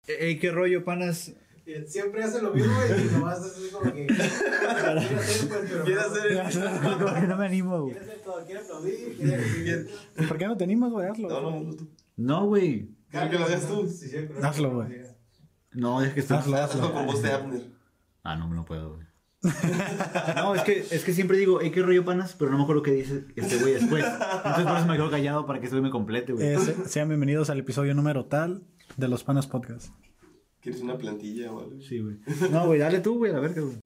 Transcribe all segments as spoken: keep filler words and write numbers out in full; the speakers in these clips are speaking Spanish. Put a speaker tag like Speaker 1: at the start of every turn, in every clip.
Speaker 1: Ey, qué rollo, panas.
Speaker 2: Siempre hace lo mismo y nomás así como que quiere hacer, pues, pero
Speaker 3: Quiere hacer
Speaker 1: Como que no me animo, güey.
Speaker 2: quiere hacer todo, quiere aplaudir, quiere...
Speaker 4: ¿Por qué no te animas, güey? Hazlo.
Speaker 3: No, no, no, tú.
Speaker 1: No, güey.
Speaker 3: Quiero que lo hagas tú.
Speaker 2: Sí, siempre.
Speaker 4: Hazlo, güey.
Speaker 1: No, es que estás...
Speaker 4: Hazlo,
Speaker 3: Hazlo
Speaker 4: hazlo.
Speaker 3: con voz de Abner.
Speaker 1: Ah, no, no puedo, güey. No, es que, es que siempre digo, hey, qué rollo, panas, pero no me acuerdo qué dice este güey después. Entonces por eso me quedo callado para que este güey me complete, güey.
Speaker 4: Eh, se- sean bienvenidos al episodio número tal de Los Panas Podcast.
Speaker 3: ¿Quieres una plantilla o algo?
Speaker 1: Sí, güey. No, güey, dale tú, güey, a la verga, güey.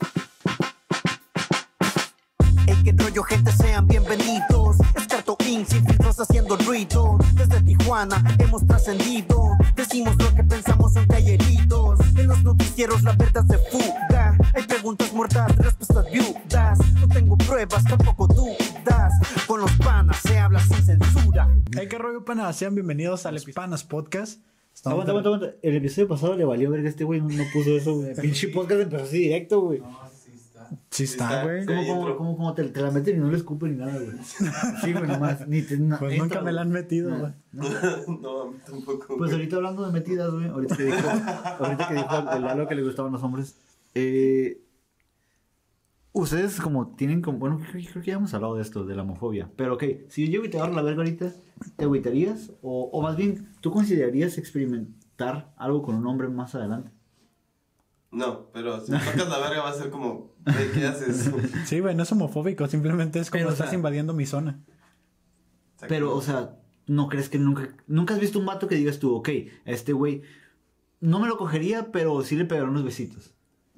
Speaker 5: Hey, qué rollo, gente, sean bienvenidos. Es Carto Inc, sin filtros haciendo ruido. Desde Tijuana hemos trascendido. Decimos lo que pensamos aunque hay heridos. En los noticieros la verdad se fuga. Hay preguntas muertas, respuestas viudas. No tengo pruebas, tampoco dudas. Con los panas se habla sin censura.
Speaker 4: Hey, qué rollo, panas. Sean bienvenidos al Panas Podcast. Estamos
Speaker 1: Aguanta, aguanta, aguanta. El episodio pasado le valió verga a este güey, no, no puso eso, güey. Pinche podcast empezó así directo, güey.
Speaker 2: No, sí está.
Speaker 4: Sí está, güey.
Speaker 1: ¿Cómo,
Speaker 3: ahí
Speaker 1: cómo,
Speaker 3: entró.
Speaker 1: cómo, cómo te, te la meten y no le escupen ni nada, güey? Sí, güey, nomás. Ni te, na-
Speaker 4: Pues
Speaker 1: entra,
Speaker 4: nunca me la han metido, güey.
Speaker 3: No, a mí tampoco.
Speaker 1: Pues
Speaker 3: güey.
Speaker 1: ahorita hablando de metidas, güey. Ahorita que dijo, ahorita que dijo el Lalo que le gustaban los hombres. Eh, ustedes como tienen como... Bueno, creo, creo que ya hemos hablado de esto, de la homofobia. Pero ok, si yo llego y te agarro la verga ahorita, ¿te agüitarías? O, o más bien, ¿tú considerarías experimentar algo con un hombre más adelante?
Speaker 3: No, pero si me tocas la verga va a ser como, güey, ¿qué haces?
Speaker 4: Sí, güey, no es homofóbico. Simplemente es como
Speaker 1: Pero, o
Speaker 4: estás
Speaker 1: sea-
Speaker 4: invadiendo mi zona.
Speaker 1: Pero, o sea, ¿no crees que nunca... Nunca has visto un vato que digas tú, ok, a este güey no me lo cogería, pero sí le pegaría unos besitos?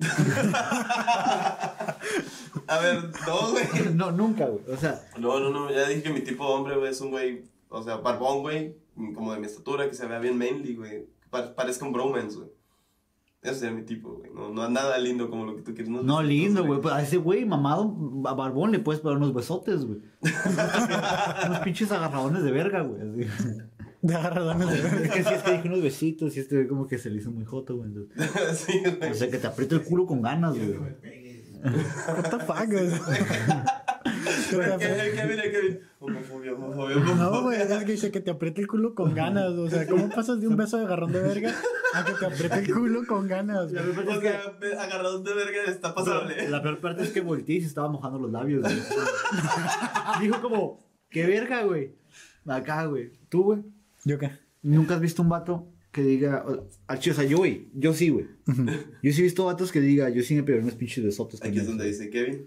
Speaker 3: A ver, no, güey.
Speaker 1: No, nunca, güey. O sea,
Speaker 3: No, no, no, ya dije que mi tipo de hombre, güey, es un güey, o sea, barbón, güey, como de mi estatura, que se vea bien manly, güey, que pa- parezca un bromance, güey. Ese sería mi tipo, güey, no, no nada lindo como lo que tú quieres. unos
Speaker 1: no
Speaker 3: besitos,
Speaker 1: lindo, güey. Pues a ese güey mamado, a barbón, le puedes pegar unos besotes, güey. Unos pinches agarradones de verga, güey. así.
Speaker 4: De agarradones de
Speaker 1: Es
Speaker 4: verga.
Speaker 1: que si es que dije unos besitos y este güey como que se le hizo muy joto, güey. entonces-
Speaker 3: Sí, güey.
Speaker 1: O sea, que te aprieta el culo con ganas, güey.
Speaker 4: What the fuck, güey.
Speaker 3: Güey, Kevin, Kevin, Kevin. Homofobia, homofobia, homofobia.
Speaker 4: No, güey, es que dice que te apriete el culo con ganas. O sea, ¿cómo pasas de un beso de agarrón de verga a que te apriete el culo con ganas, güey?
Speaker 3: O sea, ve- agarradón de verga está pasable.
Speaker 1: La peor parte es que volteé y se estaba mojando los labios, güey. Dijo como, qué verga, güey. Acá, güey. ¿Tú, güey?
Speaker 4: ¿Yo qué?
Speaker 1: ¿Nunca has visto un vato que diga... O, ah, o sea, yo, güey. Yo sí, güey. Yo sí he visto vatos que diga, yo sí me pegué unos pinches besotes. con
Speaker 3: Aquí es
Speaker 1: ellos,
Speaker 3: donde
Speaker 1: güey.
Speaker 3: dice Kevin.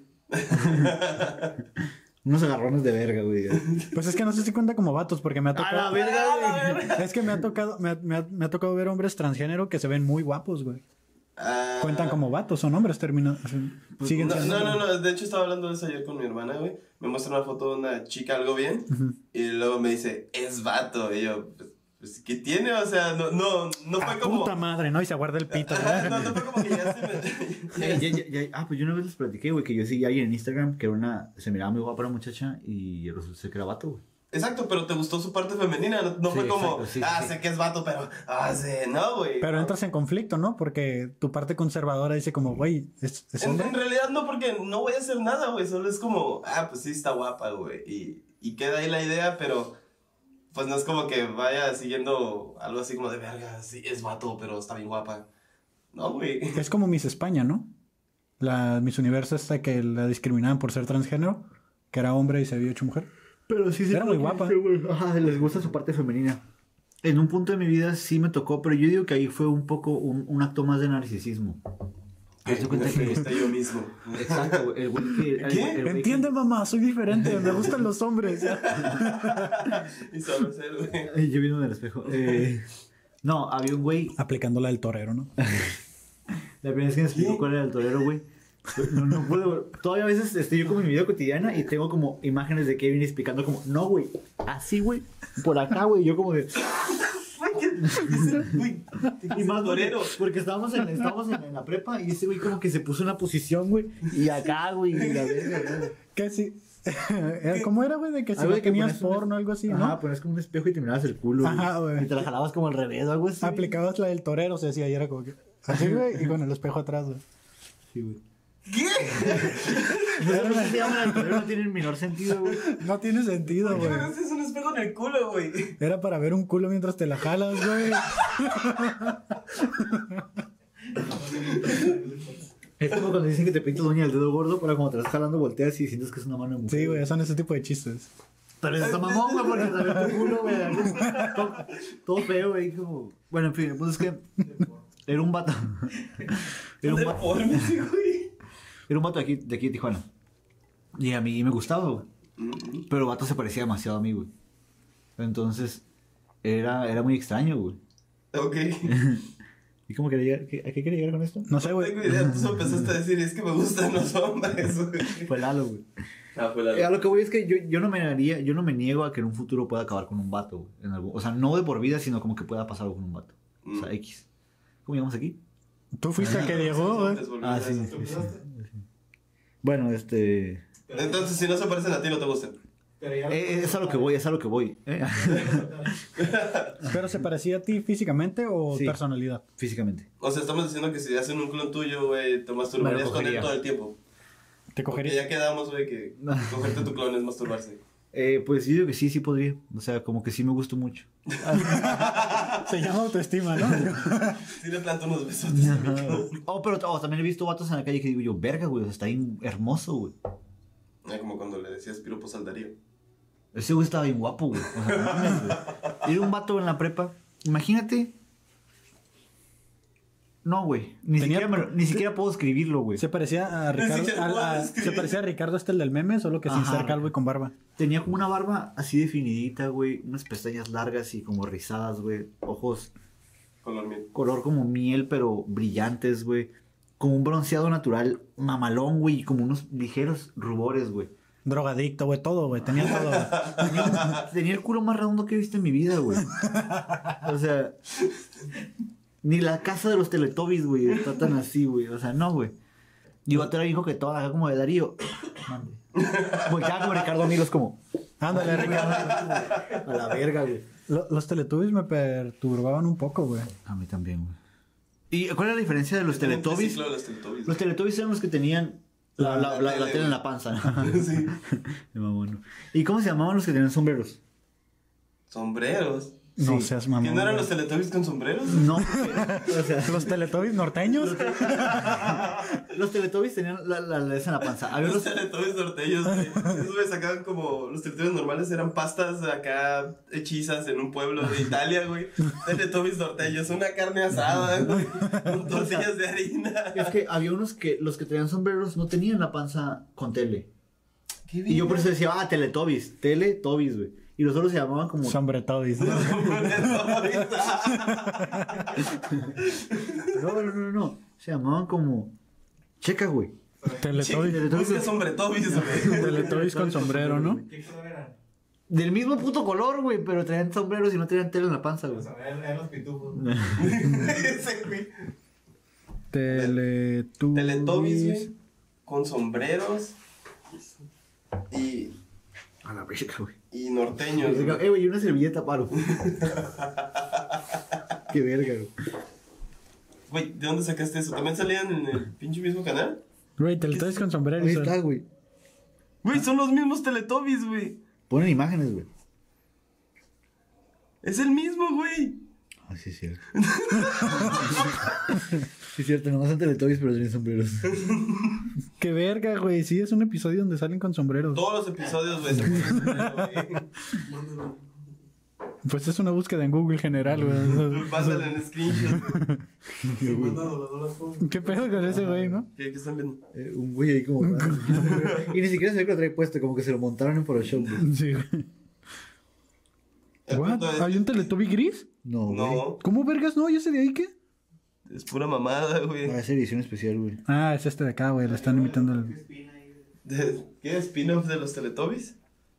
Speaker 1: Unos agarrones de verga, güey.
Speaker 4: Pues es que no sé si cuenta como vatos, porque me ha
Speaker 1: A la
Speaker 4: tocado.
Speaker 1: verga, güey.
Speaker 4: Es que me ha tocado, me ha, me ha- me ha tocado ver hombres transgénero que se ven muy guapos, güey.
Speaker 3: Ah,
Speaker 4: Cuentan como vatos, son hombres, terminan. Siguen
Speaker 3: No,
Speaker 4: siendo.
Speaker 3: no, no, no, de hecho estaba hablando de eso ayer con mi hermana, güey. Me muestra una foto de una chica algo bien y luego me dice, es vato. Y yo, pues, pues ¿qué tiene? O sea, no, no, no fue
Speaker 4: Ah,
Speaker 3: como...
Speaker 4: puta madre, ¿no? Y se guarda el pito,
Speaker 3: no,
Speaker 4: ¿verdad?
Speaker 3: no fue como que ya se me...
Speaker 1: Ya, ya, ya, ya. Ah, pues yo una vez les platiqué, güey, que yo sí alguien en Instagram que era una... Se miraba muy guapa la muchacha y resulta que era vato, güey.
Speaker 3: Exacto, pero te gustó su parte femenina, no, no
Speaker 1: Sí,
Speaker 3: fue como,
Speaker 1: exacto, sí,
Speaker 3: ah,
Speaker 1: sí.
Speaker 3: sé que es vato, pero, ah, sí, no, güey.
Speaker 4: Pero
Speaker 3: no.
Speaker 4: entras en conflicto, ¿no? Porque tu parte conservadora dice como, güey, ¿es, es
Speaker 3: En,
Speaker 4: hombre?
Speaker 3: en realidad no, porque no voy a hacer nada, güey, solo es como, ah, pues sí está guapa, güey, y, y queda ahí la idea, pero, pues no es como que vaya siguiendo algo así como de verga, sí, es vato, pero está bien guapa. No, güey.
Speaker 4: Es como Miss España, ¿no? La Miss Universo esta que la discriminaban por ser transgénero, que era hombre y se había hecho mujer.
Speaker 1: Pero sí, sí.
Speaker 4: Era muy guapa.
Speaker 1: Ajá, les gusta su parte femenina. En un punto de mi vida sí me tocó, pero yo digo que ahí fue un poco un, un acto más de narcisismo. Haz de cuenta
Speaker 3: Me
Speaker 1: que...
Speaker 3: gusta yo mismo.
Speaker 1: Exacto, güey. El güey que... el-
Speaker 3: ¿Qué?
Speaker 1: el güey que-
Speaker 4: Entiende, mamá, soy diferente, me gustan los hombres.
Speaker 3: Y sabe ser, güey.
Speaker 1: Ay, yo viendo en el espejo. Eh, no, había un güey...
Speaker 4: Aplicando la del torero, ¿no?
Speaker 1: La primera vez que me explicó cuál era el torero, güey. No, no puedo. Todavía a veces estoy yo como en mi vida cotidiana y tengo como imágenes de Kevin explicando como, no, güey, así, güey, por acá, güey. Yo como de...
Speaker 3: Uy,
Speaker 1: Y más torero, porque estábamos en, estábamos en, en la prepa y ese güey como que se puso en una posición, güey, y acá, güey, y la verga, güey.
Speaker 4: ¿Qué sí? ¿Cómo era, güey? De que si
Speaker 1: Algo
Speaker 4: no
Speaker 1: de que
Speaker 4: tenías
Speaker 1: pones un-
Speaker 4: porno o algo así, ¿no?
Speaker 1: Ajá, pones como un espejo y te mirabas el culo, güey.
Speaker 4: Ajá, güey.
Speaker 1: Y te la jalabas como al revés o algo así.
Speaker 4: Aplicabas la del torero, se decía, y era como que... Así, güey, y con el espejo atrás, güey.
Speaker 1: Sí, güey.
Speaker 3: ¿Qué?
Speaker 1: No sé por qué se llama el torero, no tiene el menor sentido, güey.
Speaker 4: No tiene sentido, güey.
Speaker 3: ¿Qué es un espejo en el culo, güey.
Speaker 4: Era para ver un culo mientras te la jalas, güey.
Speaker 1: Es como cuando dicen que te pintas la uña del dedo gordo para cuando te estás jalando volteas y sientes que es una mano de mujer.
Speaker 4: Sí, güey, son ese tipo de chistes.
Speaker 1: Pero eso está mamón, güey, porque te ve tu culo, güey. Todo, todo feo, güey. Como... Bueno, en fin, pues es que era un vato. Era un vato.
Speaker 3: Deforme ese, güey.
Speaker 1: Era un vato de aquí, de aquí de Tijuana. Y a mí me gustaba, güey. Pero el vato se parecía demasiado a mí, güey. Entonces, era, era muy extraño, güey.
Speaker 3: Ok.
Speaker 1: ¿Y cómo quería llegar? ¿Qué- ¿A qué quería llegar con esto?
Speaker 4: No sé,
Speaker 3: No
Speaker 4: güey.
Speaker 3: tengo idea, tú solo empezaste a decir, es que me gustan los hombres, güey.
Speaker 1: Fue Lalo, güey.
Speaker 3: Ah, fue la...
Speaker 1: Eh, a lo que voy es que yo, yo no me negaría, yo no me niego a que en un futuro pueda acabar con un vato, güey. En algún, o sea, no de por vida, sino como que pueda pasar algo con un vato. O sea, X. ¿Cómo llegamos aquí?
Speaker 4: Tú fuiste el que llegó, güey.
Speaker 1: Ah, sí, sí, sí. Bueno, este...
Speaker 3: Entonces, si no se parecen a ti, no te gustan.
Speaker 2: Pero ya
Speaker 1: eh, es a lo que voy, es a lo que voy. ¿eh?
Speaker 4: ¿Pero se parecía a ti físicamente o
Speaker 1: Sí.
Speaker 4: personalidad?
Speaker 1: Físicamente.
Speaker 3: O sea, estamos diciendo que si hacen un clon tuyo, güey, te masturbarías
Speaker 1: Me lo
Speaker 3: con él
Speaker 1: cogería.
Speaker 3: todo el tiempo.
Speaker 4: ¿Te
Speaker 3: Porque
Speaker 4: cogería?
Speaker 3: ya quedamos, güey, que cogerte tu clon es masturbarse.
Speaker 1: Eh, pues sí, digo que sí, sí podría. O sea, como que sí me gustó mucho.
Speaker 4: Se llama autoestima, ¿no?
Speaker 3: Sí le planto unos besotes a mi clon.
Speaker 1: Oh, pero oh, también he visto vatos en la calle que digo yo, verga, güey, o sea, está bien hermoso, güey.
Speaker 3: Ah, como cuando le decías piropos al Darío.
Speaker 1: Ese güey estaba bien guapo, güey. O sea, no mames, güey. Era un vato en la prepa. Imagínate. No, güey. Ni,
Speaker 4: Tenía-
Speaker 1: siquiera, me lo- ni siquiera puedo escribirlo, güey.
Speaker 4: Se parecía a Ricardo.
Speaker 3: siquiera
Speaker 4: al-
Speaker 3: puedo
Speaker 4: a-
Speaker 3: describir.
Speaker 4: se parecía a Ricardo este el del meme, solo que sin
Speaker 1: Ajá.
Speaker 4: ser calvo y con barba.
Speaker 1: Tenía como una barba así definidita, güey. Unas pestañas largas y como rizadas, güey. Ojos
Speaker 3: Color miel.
Speaker 1: color como miel, pero brillantes, güey. Como un bronceado natural mamalón, güey. Y como unos ligeros rubores, güey.
Speaker 4: Drogadicto, güey, todo, güey. Tenía todo, güey.
Speaker 1: Tenía, tenía el culo más redondo que he visto en mi vida, güey. O sea, ni la casa de los Teletubbies, güey, está tan así, güey. O sea, no, güey. Y otro hijo que todo acá como de Darío. Mande. Volteaba como Ricardo Amigos, como
Speaker 4: Ándale, Ricardo.
Speaker 1: a la verga, güey.
Speaker 4: Lo- Los Teletubbies me perturbaban un poco, güey.
Speaker 1: A mí también, güey. ¿Y cuál es la diferencia de los Teletubbies?
Speaker 3: Sí, claro, los Teletubbies.
Speaker 1: Los Teletubbies eran los que tenían la, la, la, la
Speaker 3: tele,
Speaker 1: tele en
Speaker 3: güey.
Speaker 1: la panza, ¿no?
Speaker 3: Sí.
Speaker 1: Qué mamón. ¿Y cómo se llamaban los que tenían sombreros?
Speaker 3: Sombreros.
Speaker 4: No
Speaker 1: Sí.
Speaker 4: seas mamón.
Speaker 3: ¿Quién no eran
Speaker 4: güey.
Speaker 3: los Teletubbies con sombreros?
Speaker 1: No, porque, o sea,
Speaker 4: ¿Los Teletubbies norteños?
Speaker 1: los Teletubbies tenían la, la, la esa en la panza. Había
Speaker 3: Los
Speaker 1: unos,
Speaker 3: Teletubbies norteños, güey. Esos me sacaban como... Los Teletubbies normales eran pastas acá hechizas en un pueblo de Italia, güey. Teletubbies norteños, una carne asada, güey. Con tortillas de harina.
Speaker 1: es que había unos que los que tenían sombreros no tenían la panza con tele.
Speaker 3: ¿Qué
Speaker 1: Y yo por eso decía, ah, Teletubbies, Teletubbies, güey. Y los otros se llamaban como...
Speaker 4: Sombretubbies. ¿no?
Speaker 1: No, no, no, no. Se llamaban como... Checa, güey.
Speaker 4: Teletubbies.
Speaker 3: Busca sombretubbies, güey.
Speaker 4: Teletubbies con sombrero, ¿no?
Speaker 2: ¿Qué color eran?
Speaker 1: Del mismo puto color, güey, pero traían sombreros y no tenían tele en la panza, güey.
Speaker 2: O sea, eran, eran los pitufos.
Speaker 3: Ese, güey.
Speaker 4: Teletubbies.
Speaker 3: Teletubbies, güey. Con sombreros. Y...
Speaker 1: A la verga, güey.
Speaker 3: Y norteños, güey.
Speaker 1: Eh, güey, y una servilleta, paro. Qué verga, güey.
Speaker 3: Güey, ¿de dónde sacaste eso? ¿También salían en el pinche mismo canal?
Speaker 4: Güey, Teletubbies con sombrero.
Speaker 1: Ahí
Speaker 4: y
Speaker 1: está, güey.
Speaker 3: Güey, son los mismos Teletubbies, güey.
Speaker 1: Ponen imágenes, güey.
Speaker 3: Es el mismo, güey.
Speaker 1: Ah, sí, es cierto. Sí, es cierto, nomás son Teletubbies, pero tienen sombreros.
Speaker 4: Qué verga, güey. Sí, es un episodio donde salen con sombreros.
Speaker 3: Todos los episodios, güey. se ponen sombrero, güey.
Speaker 4: Pues es una búsqueda en Google general, güey.
Speaker 3: Pásale en screenshot.
Speaker 4: ¿Qué pedo con ese güey, no?
Speaker 3: ¿Qué, qué están viendo?
Speaker 1: Eh, un güey ahí como... y ni siquiera se ve que lo trae puesto, como que se lo montaron en Photoshop, güey.
Speaker 4: Sí, güey.
Speaker 3: El
Speaker 4: ¿What?
Speaker 3: punto es-
Speaker 4: ¿Hay un Teletubby gris?
Speaker 1: No, güey.
Speaker 3: No,
Speaker 4: ¿Cómo vergas no? ¿Y ese de ahí qué?
Speaker 3: es pura mamada, güey.
Speaker 1: Ah, es edición especial, güey.
Speaker 4: Ah, es este de acá, güey. Le están imitando el...
Speaker 3: De- ¿Qué? ¿Spin-off de los Teletubbies?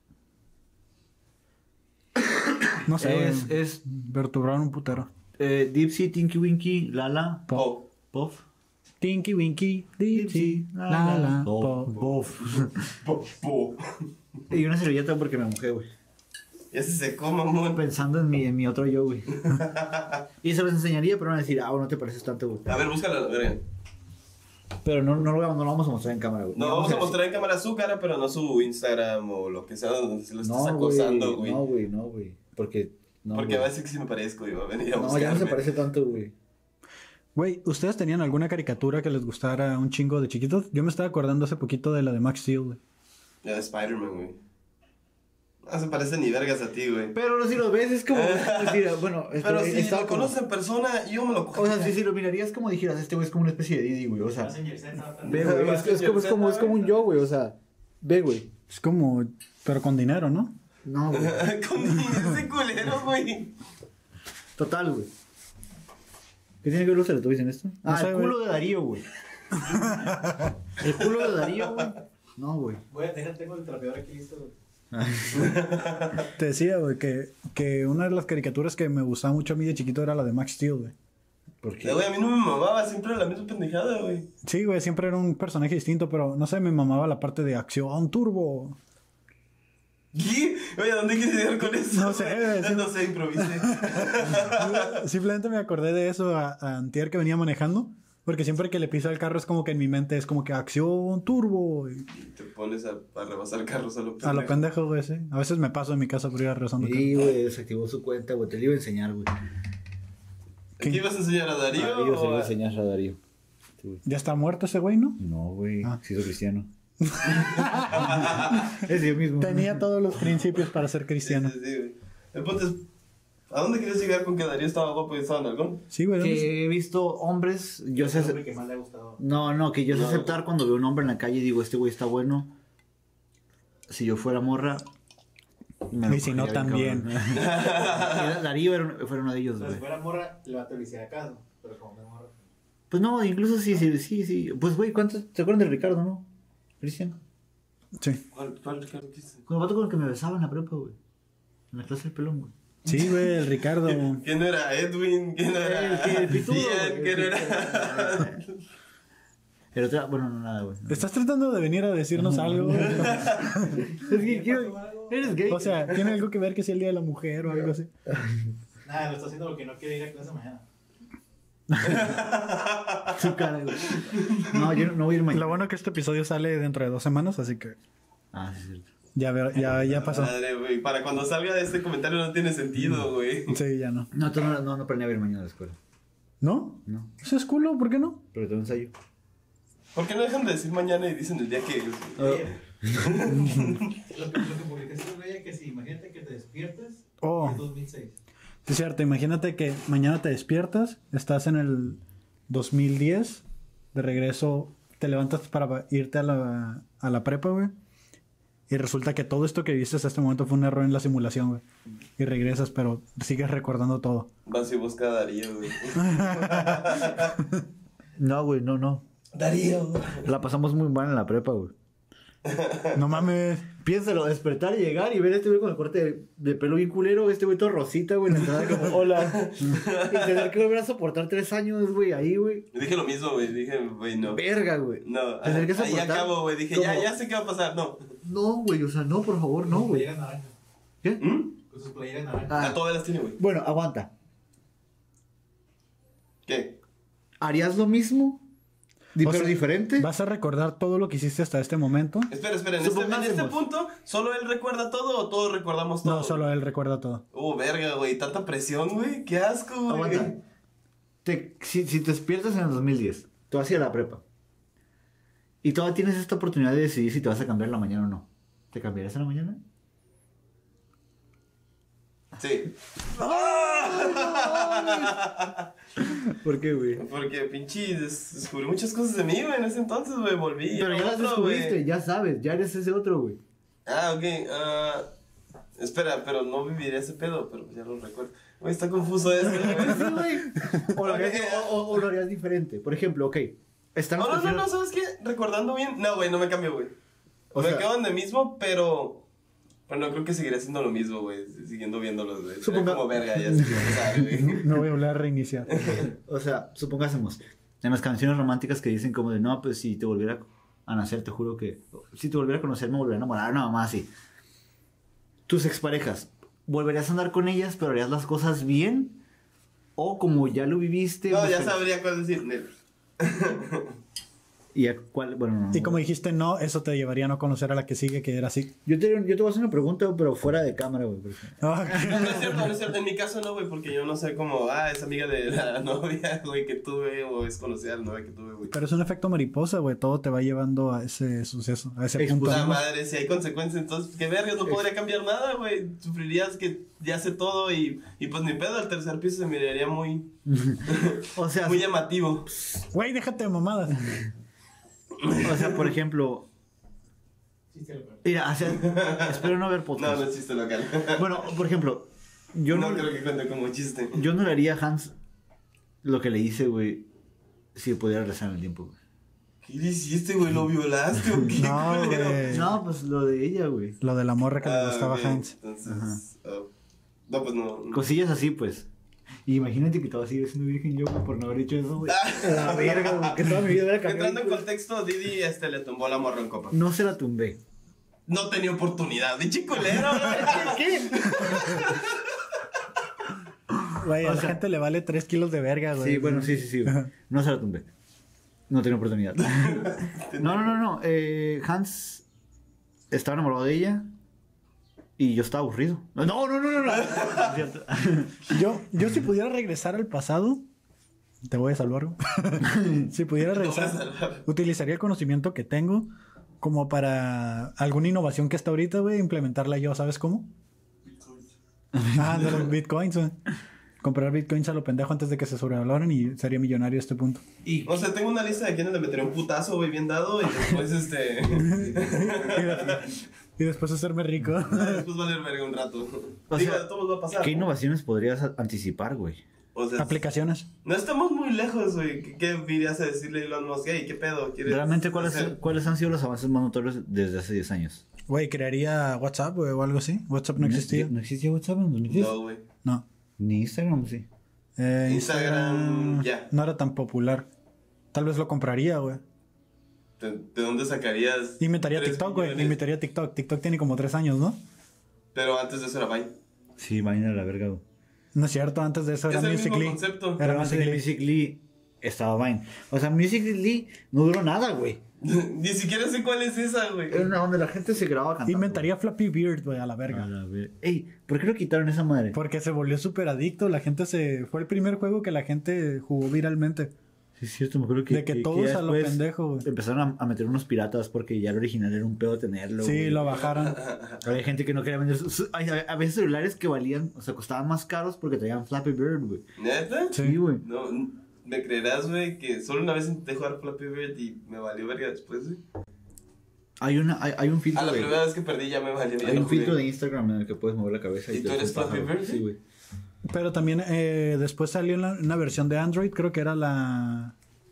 Speaker 4: No sé,
Speaker 1: Es,
Speaker 4: güey.
Speaker 1: es
Speaker 4: Perturbaron un putero.
Speaker 1: eh, Dipsy, Tinky Winky, Lala,
Speaker 3: Oh.
Speaker 1: Puff.
Speaker 4: Tinky Winky, Dipsy, la la,
Speaker 1: Puff.
Speaker 4: po.
Speaker 1: Puff.
Speaker 3: Po.
Speaker 1: Y una servilleta porque me mojé, güey.
Speaker 3: Ya se secó, mamón.
Speaker 1: Pensando en mi, en mi otro yo, güey. Y se los enseñaría, pero van a decir, ah, no te pareces tanto, güey.
Speaker 3: A ver, búscala, a la verga.
Speaker 1: Pero no, no, lo, no lo vamos a mostrar en cámara, güey.
Speaker 3: No,
Speaker 1: Ni
Speaker 3: vamos a
Speaker 1: decir-
Speaker 3: mostrar en cámara su cara, pero no su Instagram o lo que sea donde se lo estés
Speaker 1: No,
Speaker 3: acosando, güey.
Speaker 1: No, güey, no, güey. Porque. No,
Speaker 3: Porque
Speaker 1: güey.
Speaker 3: va a decir que sí me parezco y va a venir a
Speaker 1: No,
Speaker 3: buscarme.
Speaker 1: ya no se parece tanto, güey.
Speaker 4: Güey, ¿ustedes tenían alguna caricatura que les gustara un chingo de chiquitos? Yo me estaba acordando hace poquito de la de Max Steel, güey.
Speaker 3: Ya de Spider-Man, güey. No se parece ni vergas a ti, güey.
Speaker 1: Pero si lo ves, es como. es como decir, bueno,
Speaker 3: Pero
Speaker 1: este,
Speaker 3: si
Speaker 1: estaba
Speaker 3: lo
Speaker 1: como-
Speaker 3: conoces en persona, yo me lo cojo.
Speaker 1: O sea, si, si lo mirarías como dijeras, este güey es como una especie de Didi, güey. O sea,
Speaker 2: Messenger Z,
Speaker 1: ve, güey. Es, es como, es, como, es como un yo, güey. O sea, ve, güey.
Speaker 4: Es como, pero con dinero, ¿no?
Speaker 1: No, güey.
Speaker 3: Con ese culero, güey.
Speaker 1: Total, güey. ¿Qué tiene que ver los Teletubbies en esto? Ah,
Speaker 4: No sé,
Speaker 1: el
Speaker 4: güey.
Speaker 1: culo de Darío, güey. El culo de Darío, güey. No, güey.
Speaker 2: Voy a tener, tengo el trapeador aquí listo, güey.
Speaker 4: Te decía, güey, que, que una de las caricaturas que me gustaba mucho a mí de chiquito era la de Max Steel, güey.
Speaker 1: ¿Por
Speaker 3: Eh,
Speaker 1: qué?
Speaker 3: Güey, a mí no me mamaba, siempre era la misma pendejada, güey.
Speaker 4: Sí, güey, siempre era un personaje distinto, pero no sé, me mamaba la parte de acción turbo.
Speaker 3: ¿Qué? Oye, ¿a dónde quieres llegar con eso?
Speaker 4: No sé,
Speaker 3: güey?
Speaker 4: sí.
Speaker 3: No sé, improvisé.
Speaker 4: Simplemente me acordé de eso a, a antier que venía manejando, porque siempre que le pisa el carro es como que en mi mente es como que acción turbo. Y
Speaker 3: Te pones a, a rebasar carros a lo pendejo.
Speaker 4: a lo pendejo, güey, sí. A veces me paso en mi casa por ir arrasando
Speaker 1: Sí, güey, desactivó su cuenta, güey. Te lo iba a enseñar, güey.
Speaker 3: ¿Qué ibas a enseñar a Darío?
Speaker 1: Ah, yo se lo
Speaker 3: o
Speaker 1: iba a
Speaker 3: a-
Speaker 1: enseñar a Darío. Sí, güey.
Speaker 4: ¿Ya está muerto ese güey, no?
Speaker 1: No, güey.
Speaker 4: Ah.
Speaker 1: Se hizo cristiano. Es yo mismo.
Speaker 4: Tenía todos los principios para ser
Speaker 3: Sí,
Speaker 4: cristiano.
Speaker 3: sí, sí, güey. El punto es, ¿a dónde quieres llegar con que Darío estaba guapo y estaba en algún?
Speaker 4: Sí, güey. ¿dónde
Speaker 1: Que he visto hombres. Yo
Speaker 2: Es
Speaker 1: sé.
Speaker 2: el hombre que más le ha gustado.
Speaker 1: No, no, que yo sé
Speaker 3: No.
Speaker 1: aceptar cuando veo un hombre en la calle y digo, este güey está bueno. Si yo fuera morra. me lo
Speaker 4: Y si no,
Speaker 1: cogería bien,
Speaker 4: también.
Speaker 1: cabrón. Era- Darío era, un- fue uno de ellos,
Speaker 2: O sea,
Speaker 1: güey.
Speaker 2: si fuera morra, le va a hiciera caso. Pero como no es morra.
Speaker 1: Pues no, incluso sí, sí, sí, sí. Pues güey, ¿cuántos se acuerdan de Ricardo, no? Cristian.
Speaker 4: Sí.
Speaker 3: ¿Cuál, cuál Ricardo quiste?
Speaker 1: Con el vato con el que me besaba en la prepa, güey. En la clase del pelón, güey.
Speaker 4: Sí, güey, el Ricardo.
Speaker 3: ¿Quién no era Edwin? ¿Quién no era
Speaker 1: El que el pitudo,
Speaker 3: Ian?
Speaker 1: güey,
Speaker 3: ¿Quién
Speaker 1: el
Speaker 3: no era?
Speaker 1: El otro, bueno, no, nada, güey.
Speaker 4: ¿Estás tratando de venir a decirnos algo, güey?
Speaker 1: Es que quiero- Eres gay.
Speaker 4: O sea, ¿tiene algo que ver que sea el día de la mujer o algo así?
Speaker 2: Nada, lo está haciendo porque no quiere ir a clase mañana.
Speaker 1: Su cara, güey. No, yo no, no voy a ir mañana.
Speaker 4: Lo bueno que este episodio sale dentro de dos semanas, así que
Speaker 1: Ah, sí, es cierto.
Speaker 4: ya, ve- ya, ya pasó.
Speaker 3: Madre, güey. Para cuando salga de este comentario no tiene sentido, güey.
Speaker 4: Sí, ya no.
Speaker 1: No, tú no, no, no planeo ir mañana a la escuela.
Speaker 4: ¿No?
Speaker 1: No,
Speaker 4: ¿Eso es culo? ¿Por qué no?
Speaker 1: pero tengo ensayo.
Speaker 3: ¿Por qué no dejan de decir mañana y dicen el día que...
Speaker 2: Oye, lo que, lo que publicaste, güey, que si imagínate que te despiertes
Speaker 4: Oh.
Speaker 2: en dos mil seis.
Speaker 4: Sí, es cierto. Imagínate que mañana te despiertas, estás en el dos mil diez, de regreso, te levantas para irte a la, a la prepa, güey. Y resulta que todo esto que viste hasta este momento fue un error en la simulación, güey. Y regresas, pero sigues recordando todo.
Speaker 3: Vas y busca a Darío, güey.
Speaker 1: No, güey, no, no.
Speaker 3: Darío.
Speaker 1: La pasamos muy mal en la prepa, güey.
Speaker 4: No mames.
Speaker 1: Piénsalo, despertar y llegar y ver a este güey con el corte de, de pelo bien culero, este güey todo rosita, güey, en la entrada como, hola. Y tener que volver a soportar tres años, güey, ahí, güey.
Speaker 3: Dije lo mismo, güey. Dije, güey, no.
Speaker 1: Verga, güey.
Speaker 3: No,
Speaker 1: Tener que
Speaker 3: ahí
Speaker 1: soportar
Speaker 3: acabo, güey. Dije, ya,
Speaker 1: como-
Speaker 3: ya sé qué va a pasar. No.
Speaker 1: No, güey, o sea, no, por favor, no,
Speaker 2: Con sus
Speaker 1: güey.
Speaker 2: playeras naranjas.
Speaker 1: ¿Qué?
Speaker 3: ¿Mm?
Speaker 2: Con sus playeras naranjas.
Speaker 3: Ah,
Speaker 1: Ah,
Speaker 3: todavía las tiene, güey.
Speaker 1: bueno, aguanta.
Speaker 3: ¿Qué?
Speaker 1: ¿Harías lo mismo? Di-
Speaker 4: O
Speaker 1: pero
Speaker 4: sea,
Speaker 1: diferente.
Speaker 4: ¿Vas a recordar todo lo que hiciste hasta este momento?
Speaker 3: Espera, espera. En este, en este
Speaker 1: Supongásemos.
Speaker 3: punto, ¿solo él recuerda todo o todos recordamos todo?
Speaker 4: No, solo él recuerda todo.
Speaker 3: Uh, verga, güey. Tanta presión, güey. Qué asco, güey.
Speaker 1: Aguanta. Te, si, si te despiertas en el dos mil diez, tú vas a ir a la prepa. Y todavía tienes esta oportunidad de decidir si te vas a cambiar en la mañana o no. ¿Te cambiarías en la mañana?
Speaker 3: Sí.
Speaker 1: ¿Por qué, güey?
Speaker 3: Porque pinche des- descubrí muchas cosas de mí, güey, en ese entonces, güey, volví.
Speaker 1: Pero
Speaker 3: era
Speaker 1: ya las
Speaker 3: otro,
Speaker 1: descubriste,
Speaker 3: güey.
Speaker 1: ya sabes, ya eres ese otro, güey.
Speaker 3: Ah, ok, ah... espera, pero no viviría ese pedo, pero ya lo recuerdo. Güey, está confuso eso,
Speaker 1: Sí,
Speaker 3: güey.
Speaker 1: güey. O lo harías, o- o- o lo harías diferente. Por ejemplo, ok. Están
Speaker 3: No,
Speaker 1: las
Speaker 3: no, no, no,
Speaker 1: personas-
Speaker 3: ¿sabes qué? Recordando bien, no, güey, no me cambio, güey.
Speaker 1: O
Speaker 3: me
Speaker 1: sea-
Speaker 3: quedo donde mismo, pero... Pero no creo que seguiré haciendo lo mismo, güey, siguiendo viéndolos, güey. Sería
Speaker 1: Suponga-
Speaker 3: como verga, ya sé qué va a pasar, güey.
Speaker 4: No voy a volver a reiniciar.
Speaker 1: O sea, supongásemos, en las canciones románticas que dicen como de, no, pues si te volviera a nacer, te juro que, si te volviera a conocer, me volvería a enamorar, no, más así. Tus exparejas, ¿volverías a andar con ellas, pero harías las cosas bien? O como ya lo viviste...
Speaker 3: No, ya
Speaker 1: buscar-
Speaker 3: sabría cuál decir, Nel.
Speaker 1: ¿Y a cuál? Bueno, no.
Speaker 4: Y como dijiste no, eso te llevaría a no conocer a la que sigue, que era así.
Speaker 1: Yo te, yo te voy a hacer una pregunta, pero fuera de cámara, güey. porque-
Speaker 4: Ah,
Speaker 3: No, no es cierto, no es cierto. En mi caso no, güey, porque yo no sé cómo, ah, es amiga de la novia, güey, que tuve, o es conocida de la novia que tuve, güey.
Speaker 4: Pero es un efecto mariposa, güey. Todo te va llevando a ese suceso, a ese punto.
Speaker 3: Puta madre, si hay consecuencias, entonces, qué vergas, no podría cambiar nada, güey. Sufrirías que ya sé todo y, y pues ni pedo, el tercer piso se miraría muy,
Speaker 1: O sea,
Speaker 3: muy llamativo.
Speaker 4: Güey, déjate de mamadas.
Speaker 1: o sea, por ejemplo.
Speaker 2: Chiste local.
Speaker 1: Mira, o sea, espero no haber
Speaker 3: No,
Speaker 1: podcast.
Speaker 3: no es chiste local.
Speaker 1: Bueno, por ejemplo, yo
Speaker 3: no,
Speaker 1: no,
Speaker 3: creo que cuente como chiste.
Speaker 1: yo no le haría a Hans lo que le hice, güey, si pudiera regresar en el tiempo, güey.
Speaker 3: ¿Qué le hiciste, güey? ¿Lo violaste o qué,
Speaker 4: No,
Speaker 3: culero?
Speaker 4: güey.
Speaker 1: No, pues lo de ella, güey.
Speaker 4: Lo de la morra que le
Speaker 3: Ah,
Speaker 4: gustaba
Speaker 3: ok,
Speaker 4: a Hans.
Speaker 3: Entonces, oh. No, pues no. no.
Speaker 1: Cosillas así, pues. Y imagínate que te vas a seguir siendo virgen yo, güey, por no haber hecho eso, güey. A la verga, güey, que toda mi vida hubiera cambiado.
Speaker 3: Entrando en contexto, Didi este, le tumbó la morra en copa.
Speaker 1: No se la tumbé.
Speaker 3: No tenía oportunidad. De chicolero, güey.
Speaker 1: ¿Qué?
Speaker 4: Güey, a
Speaker 1: O
Speaker 4: la
Speaker 1: sea-
Speaker 4: gente le vale tres kilos de verga, güey.
Speaker 1: Sí, bueno, sí, sí, sí. güey. No se la tumbé. No tenía oportunidad. No, no, no, no. Eh, Hans estaba enamorado de ella y yo estaba aburrido. No, no, no, no, no. Es cierto.
Speaker 4: Yo, yo si pudiera regresar al pasado, te voy a salvar, güey. Si pudiera
Speaker 3: Te voy a
Speaker 4: regresar,
Speaker 3: salvar.
Speaker 4: utilizaría el conocimiento que tengo como para alguna innovación que está ahorita, güey, implementarla yo, ¿sabes cómo? Ah, de los bitcoins, güey. Comprar bitcoins a lo pendejo antes de que se sobrevaloren y sería millonario a este punto.
Speaker 3: Y, o sea, tengo una lista de quienes le metería un putazo, güey, bien dado. Y después, este.
Speaker 4: Y después hacerme rico.
Speaker 3: después valer verga un rato.
Speaker 1: O
Speaker 3: Digo,
Speaker 1: sea,
Speaker 3: de todos va a pasar.
Speaker 1: ¿Qué
Speaker 3: ¿no?
Speaker 1: innovaciones podrías a- anticipar, güey?
Speaker 3: O sea,
Speaker 4: Aplicaciones.
Speaker 3: no estamos muy lejos, güey. ¿Qué, qué irías a decirle a Elon Musk? Hey, ¿qué pedo? ¿Quieres
Speaker 1: Realmente, ¿cuáles,
Speaker 3: hacer?
Speaker 1: ¿cuáles han sido los avances más notorios desde hace diez años?
Speaker 4: Güey, crearía WhatsApp, güey, o algo así. WhatsApp no existía.
Speaker 1: ¿No existía WhatsApp en dos mil diez?
Speaker 3: No, güey.
Speaker 4: No.
Speaker 1: Ni Instagram, sí.
Speaker 4: Eh,
Speaker 3: Instagram, ya.
Speaker 4: No era tan popular. Tal vez lo compraría, güey.
Speaker 3: ¿De, de dónde sacarías?
Speaker 4: Inventaría
Speaker 3: tres
Speaker 4: TikTok, güey.
Speaker 3: millones?
Speaker 4: Inventaría TikTok. TikTok tiene como tres años, ¿no?
Speaker 3: Pero antes de eso era Vine.
Speaker 1: Sí, vaina de la verga, güey.
Speaker 4: No es cierto, antes de eso era
Speaker 3: Es el mismo
Speaker 4: Musical.ly.
Speaker 3: concepto.
Speaker 4: Era
Speaker 1: Pero antes de
Speaker 4: Musical.ly.
Speaker 1: Musical.ly estaba Vine. O sea, Musical.ly no duró nada, güey.
Speaker 3: Ni siquiera sé cuál es esa, güey.
Speaker 1: Era una donde la gente se grababa cantando.
Speaker 4: Inventaría Flappy Bird, güey, a la
Speaker 1: A
Speaker 4: verga.
Speaker 1: la ver- Ey, ¿por qué lo quitaron esa madre?
Speaker 4: Porque se volvió súper adicto. La gente se... Fue el primer juego que la gente jugó viralmente.
Speaker 1: Sí, es cierto, me acuerdo que.
Speaker 4: De que todos
Speaker 1: ya
Speaker 4: a lo
Speaker 1: después
Speaker 4: pendejo, güey.
Speaker 1: Empezaron a, a meter unos piratas porque ya el original era un pedo tenerlo.
Speaker 4: Sí,
Speaker 1: güey.
Speaker 4: lo bajaron.
Speaker 1: Había gente que no quería vender. sus- sus- hay- A veces celulares que valían, o sea, costaban más caros porque traían Flappy Bird, güey.
Speaker 3: ¿Neta?
Speaker 1: Sí, güey.
Speaker 3: No, ¿me creerás, güey? Que solo una vez intenté jugar Flappy Bird y me valió verga después, güey.
Speaker 1: Hay, una, hay, hay un filtro.
Speaker 3: A la
Speaker 1: de-
Speaker 3: primera vez que perdí ya me valió. ya
Speaker 1: Hay
Speaker 3: no
Speaker 1: un
Speaker 3: jugué.
Speaker 1: filtro de Instagram en el que puedes mover la cabeza.
Speaker 3: ¿Y
Speaker 1: te
Speaker 3: tú eres
Speaker 1: hace un
Speaker 3: Flappy
Speaker 1: pájaro.
Speaker 3: Bird?
Speaker 1: Sí, güey.
Speaker 4: Pero también eh, después salió una, una versión de Android, creo que era la...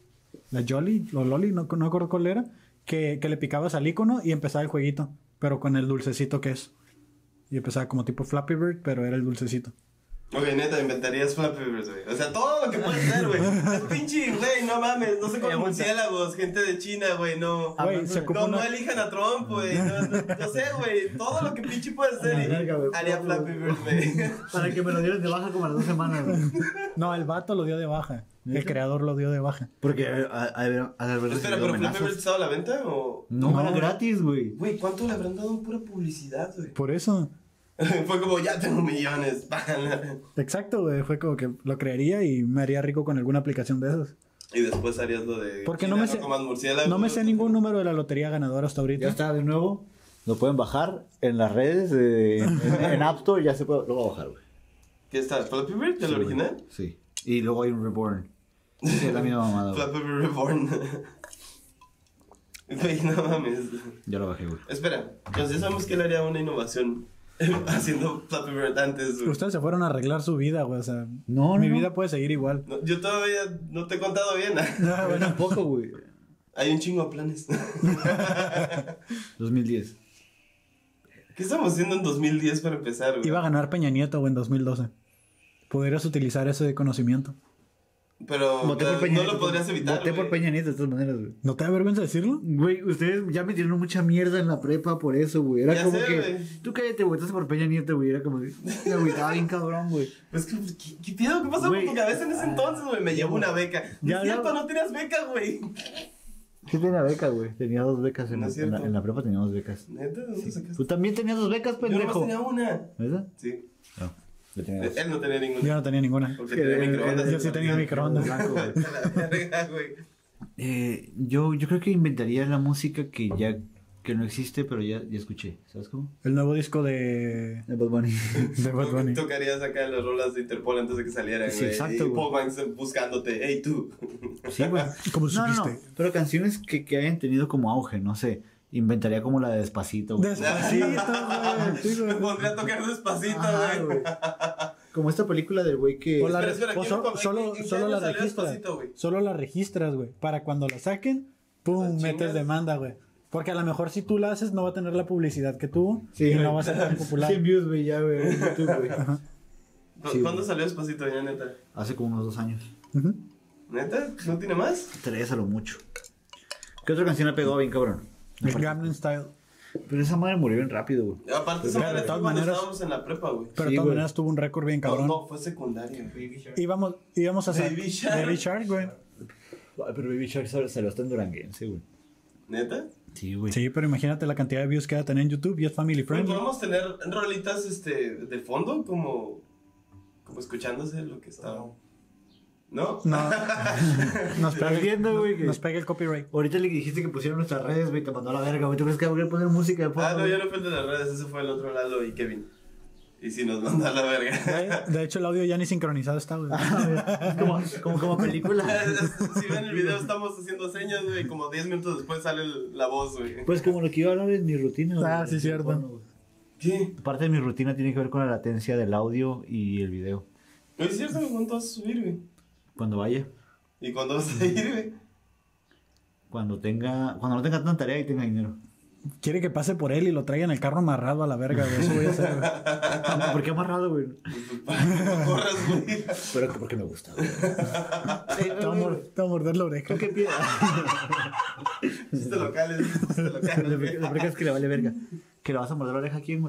Speaker 4: La Jolly, o Loli, no, no acuerdo cuál era. Que, que le picabas al icono y empezaba el jueguito. Pero con el dulcecito que es. Y empezaba como tipo Flappy Bird, pero era el dulcecito.
Speaker 3: Ok, neta, inventarías Flappy Bird, güey. O sea, todo lo que puede ser, güey. Es pinche, güey, no mames. No sé cómo murciélagos, gente de China, güey, no.
Speaker 4: Güey, se ocupa
Speaker 3: No,
Speaker 4: una-
Speaker 3: no elijan a Trump, güey. No, no, no sé, güey. Todo lo que pinche puede ser.
Speaker 1: A la verga, güey.
Speaker 3: Haría Flappy Bird, güey.
Speaker 1: Para que me lo dieran de baja como a las dos semanas, güey.
Speaker 4: No, el vato lo dio de baja. El
Speaker 1: ¿Neta?
Speaker 4: creador lo dio de baja.
Speaker 1: Porque a, a, a ver, a haber
Speaker 3: Espera,
Speaker 1: recibido
Speaker 3: ¿pero Flappy
Speaker 1: amenazas.
Speaker 3: Bird estaba a la venta o...?
Speaker 1: No,
Speaker 4: No.
Speaker 1: era gratis, güey.
Speaker 3: Güey, ¿cuánto le habrán dado en pura publicidad, güey?
Speaker 4: Por eso.
Speaker 3: Fue como, ya tengo millones, págala.
Speaker 4: Exacto, güey. Fue como que lo creería y me haría rico con alguna aplicación de esas.
Speaker 3: Y después harías lo de...
Speaker 4: Porque
Speaker 3: China,
Speaker 4: no me sé-
Speaker 3: comas murciélagos.
Speaker 4: No me sé ningún número de la lotería ganadora hasta
Speaker 1: Ya
Speaker 4: ahorita.
Speaker 1: está de nuevo. Lo pueden bajar en las redes, eh, en, en App Store, ya se puede. Lo voy a bajar, güey.
Speaker 3: ¿Qué está? ¿Flappy Bird, el
Speaker 1: Sí,
Speaker 3: original?
Speaker 1: güey. Sí. Y luego hay un Reborn. Sí, es la misma mamada, güey.
Speaker 3: Flappy Bird Reborn. Güey, no mames.
Speaker 1: Ya lo bajé, güey.
Speaker 3: Espera, pues ya sabemos que él haría una innovación haciendo Flappy Bird antes, güey.
Speaker 4: Ustedes se fueron a arreglar su vida, güey. O sea,
Speaker 1: No,
Speaker 4: mi
Speaker 1: no,
Speaker 4: vida
Speaker 1: no.
Speaker 4: puede seguir igual.
Speaker 3: No, yo todavía no te he contado bien.
Speaker 1: Yo tampoco, güey.
Speaker 3: Hay un chingo de planes.
Speaker 1: dos mil diez.
Speaker 3: ¿Qué estamos haciendo en dos mil diez para empezar, güey?
Speaker 4: Iba a ganar Peña Nieto, güey, en dos mil doce. Podrías utilizar ese conocimiento.
Speaker 3: Pero
Speaker 1: Voté
Speaker 3: no,
Speaker 1: por Peña
Speaker 3: no
Speaker 1: Nieto.
Speaker 3: lo podrías evitar,
Speaker 1: Voté por
Speaker 3: güey.
Speaker 1: Peña Nieto de todas maneras, güey.
Speaker 4: ¿No te da vergüenza decirlo?
Speaker 1: Güey, ustedes ya me dieron mucha mierda en la prepa por eso, güey. Era
Speaker 3: Ya
Speaker 1: como
Speaker 3: sé,
Speaker 1: que.
Speaker 3: güey.
Speaker 1: Tú cállate, güey, estás por Peña Nieto, güey. Era como que. Me agüitaba bien cabrón, güey.
Speaker 3: Pues, ¿qué, qué, qué pedo? ¿Qué pasó
Speaker 1: Güey.
Speaker 3: con tu cabeza en ese entonces, güey? Me llevó una beca. No
Speaker 1: Ya,
Speaker 3: es cierto,
Speaker 1: ya.
Speaker 3: no tenías beca, güey.
Speaker 1: Sí tenía becas, güey. Tenía dos becas en,
Speaker 3: No
Speaker 1: la,
Speaker 3: es
Speaker 1: en, la,
Speaker 3: cierto.
Speaker 1: en la prepa, tenía dos becas.
Speaker 3: ¿Neta? ¿Dónde
Speaker 1: Sí.
Speaker 3: sacaste?
Speaker 1: Tú también tenías dos becas,
Speaker 3: Yo
Speaker 1: pendejo.
Speaker 3: nomás tenía una.
Speaker 1: ¿Verdad?
Speaker 3: Sí.
Speaker 1: No, yo tenía dos.
Speaker 3: Él no tenía ninguna.
Speaker 4: Yo no tenía ninguna.
Speaker 3: Porque
Speaker 1: Sí,
Speaker 3: tenía
Speaker 1: él-
Speaker 3: microondas.
Speaker 1: él-
Speaker 4: Yo sí tenía microondas.
Speaker 1: Blanco, güey.
Speaker 3: La verga, güey.
Speaker 1: Eh, yo, yo creo que inventaría la música que ya que no existe, pero ya, ya escuché. ¿Sabes cómo?
Speaker 4: El nuevo disco de,
Speaker 1: De Bad Bunny.
Speaker 4: de Bad Bunny.
Speaker 3: Tocaría sacar las rolas de Interpol antes de que salieran,
Speaker 1: Sí,
Speaker 3: güey.
Speaker 1: exacto,
Speaker 3: Y
Speaker 1: güey.
Speaker 3: Paul Banks buscándote. Hey, tú.
Speaker 1: Sí, güey.
Speaker 4: ¿Cómo
Speaker 1: No, no, no.
Speaker 4: supiste?
Speaker 1: Pero canciones que, que hayan tenido como auge, no sé. Inventaría como la de Despacito, güey.
Speaker 4: Despacito, güey. Sí,
Speaker 3: Me
Speaker 4: güey.
Speaker 3: pondría a tocar despacito,
Speaker 1: Ajá,
Speaker 3: güey.
Speaker 1: güey. Como esta película del güey que...
Speaker 4: O, la,
Speaker 3: Espera, espera,
Speaker 4: o
Speaker 3: quiero
Speaker 4: so-
Speaker 3: comer-
Speaker 4: solo,
Speaker 3: ¿en qué
Speaker 4: solo
Speaker 3: año
Speaker 4: la
Speaker 3: salió
Speaker 4: registras.
Speaker 3: Despacito, güey?
Speaker 4: Solo la registras, güey. Para cuando la saquen, pum,
Speaker 3: ¿La
Speaker 4: metes
Speaker 3: chingas?
Speaker 4: demanda, güey. Porque a lo mejor si tú la haces no va a tener la publicidad que tuvo
Speaker 1: Sí,
Speaker 4: y
Speaker 1: güey.
Speaker 4: no va a ser tan popular.
Speaker 1: cien views, güey, ya, güey, en YouTube, güey.
Speaker 3: ¿Cu-
Speaker 1: Sí,
Speaker 3: ¿Cuándo
Speaker 1: güey.
Speaker 3: salió Despacito ya, neta?
Speaker 1: Hace como unos dos años.
Speaker 4: Ujú.
Speaker 3: ¿Neta? ¿No tiene más?
Speaker 1: Tres a lo mucho. ¿Qué otra canción ha pegado bien, cabrón?
Speaker 4: El Gangnam Style.
Speaker 1: Pero esa madre murió bien rápido, güey.
Speaker 3: Aparte, esa
Speaker 4: Pero de
Speaker 3: madre fue
Speaker 4: todas
Speaker 3: cuando
Speaker 4: maneras-
Speaker 3: estábamos en la prepa, güey.
Speaker 4: Pero
Speaker 1: Sí,
Speaker 4: de todas
Speaker 1: güey.
Speaker 4: maneras tuvo un récord bien
Speaker 3: No,
Speaker 4: cabrón.
Speaker 3: no, fue secundaria, güey.
Speaker 2: Baby Shark.
Speaker 4: Íbamos, íbamos a hacer
Speaker 3: Baby Shark.
Speaker 4: Baby Shark, güey.
Speaker 1: Ay, pero Baby Shark sal- salió hasta en Duranguense, güey.
Speaker 3: ¿Neta?
Speaker 1: Sí, güey.
Speaker 4: Sí, pero imagínate la cantidad de views que va a tener en YouTube y es family
Speaker 3: Güey,
Speaker 4: friendly.
Speaker 3: podemos tener rolitas este, de fondo, como, como escuchándose lo que está. ¿No?
Speaker 4: No. Nos
Speaker 1: Estás
Speaker 4: pega,
Speaker 1: viendo, güey, que-
Speaker 4: nos pega el copyright.
Speaker 1: Ahorita le dijiste que pusieron nuestras redes, güey, te mandó a la verga, güey. ¿Tú crees que voy a poner música de fondo?
Speaker 3: Ah, no,
Speaker 1: güey?
Speaker 3: yo no fui el de las redes, ese fue el otro Lalo y Kevin. Y si nos manda a la verga.
Speaker 4: De, de hecho, el audio ya ni sincronizado está, güey.
Speaker 1: Es como, como, como película.
Speaker 3: Si ven el video, estamos haciendo señas, güey. Como diez minutos después sale el- la voz, güey.
Speaker 1: Pues como lo que iba a hablar en mi rutina. güey.
Speaker 4: Ah, sí, cierto.
Speaker 1: Bueno, güey.
Speaker 3: ¿Qué?
Speaker 1: Parte de mi rutina tiene que ver con la latencia del audio y el video.
Speaker 3: No es cierto, güey. ¿Cuánto vas a subir, güey?
Speaker 1: Cuando vaya,
Speaker 3: ¿Y cuándo vas a ir, güey?
Speaker 1: cuando tenga, cuando no tenga tanta tarea y tenga dinero.
Speaker 4: Quiere que pase por él y lo traiga en el carro amarrado a la verga, güey. Eso voy a hacer, güey.
Speaker 1: ¿Por qué amarrado, güey?
Speaker 3: Para que no corras, güey.
Speaker 1: Pero que porque me gusta, güey.
Speaker 4: Te va a mor- te va a morder la oreja.
Speaker 1: ¿Tú qué piensas?
Speaker 3: Chiste locales, chiste
Speaker 1: Le
Speaker 3: locales.
Speaker 1: explicas que le vale verga. ¿Que le vas a morder la oreja a quién, güey?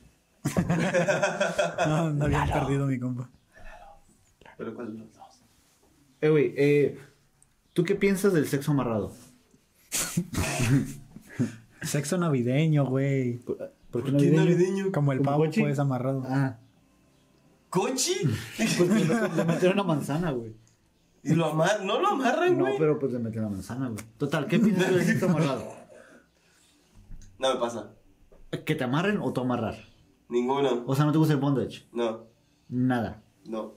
Speaker 4: No, no había perdido mi compa.
Speaker 3: Pero ¿cuál de los dos?
Speaker 1: Eh, güey, eh, ¿tú qué piensas del sexo amarrado?
Speaker 4: Sexo navideño, güey.
Speaker 1: ¿Por qué
Speaker 3: ¿Por qué
Speaker 1: navideño?
Speaker 3: navideño?
Speaker 4: Como el
Speaker 1: ¿Como
Speaker 4: pavo,
Speaker 1: cochi?
Speaker 4: pues, amarrado.
Speaker 1: Ah,
Speaker 3: ¿Cochi?
Speaker 1: pues le meten- le metieron una manzana, güey.
Speaker 3: Y lo amarran, no lo amarran,
Speaker 1: No,
Speaker 3: güey.
Speaker 1: pero pues le meten una manzana, güey. Total, ¿qué piensas tú del sexo amarrado?
Speaker 3: No me pasa.
Speaker 1: ¿Que te amarren o tú amarrar?
Speaker 3: Ninguno.
Speaker 1: O sea, ¿no te gusta el bondage?
Speaker 3: No,
Speaker 1: Nada.
Speaker 3: no.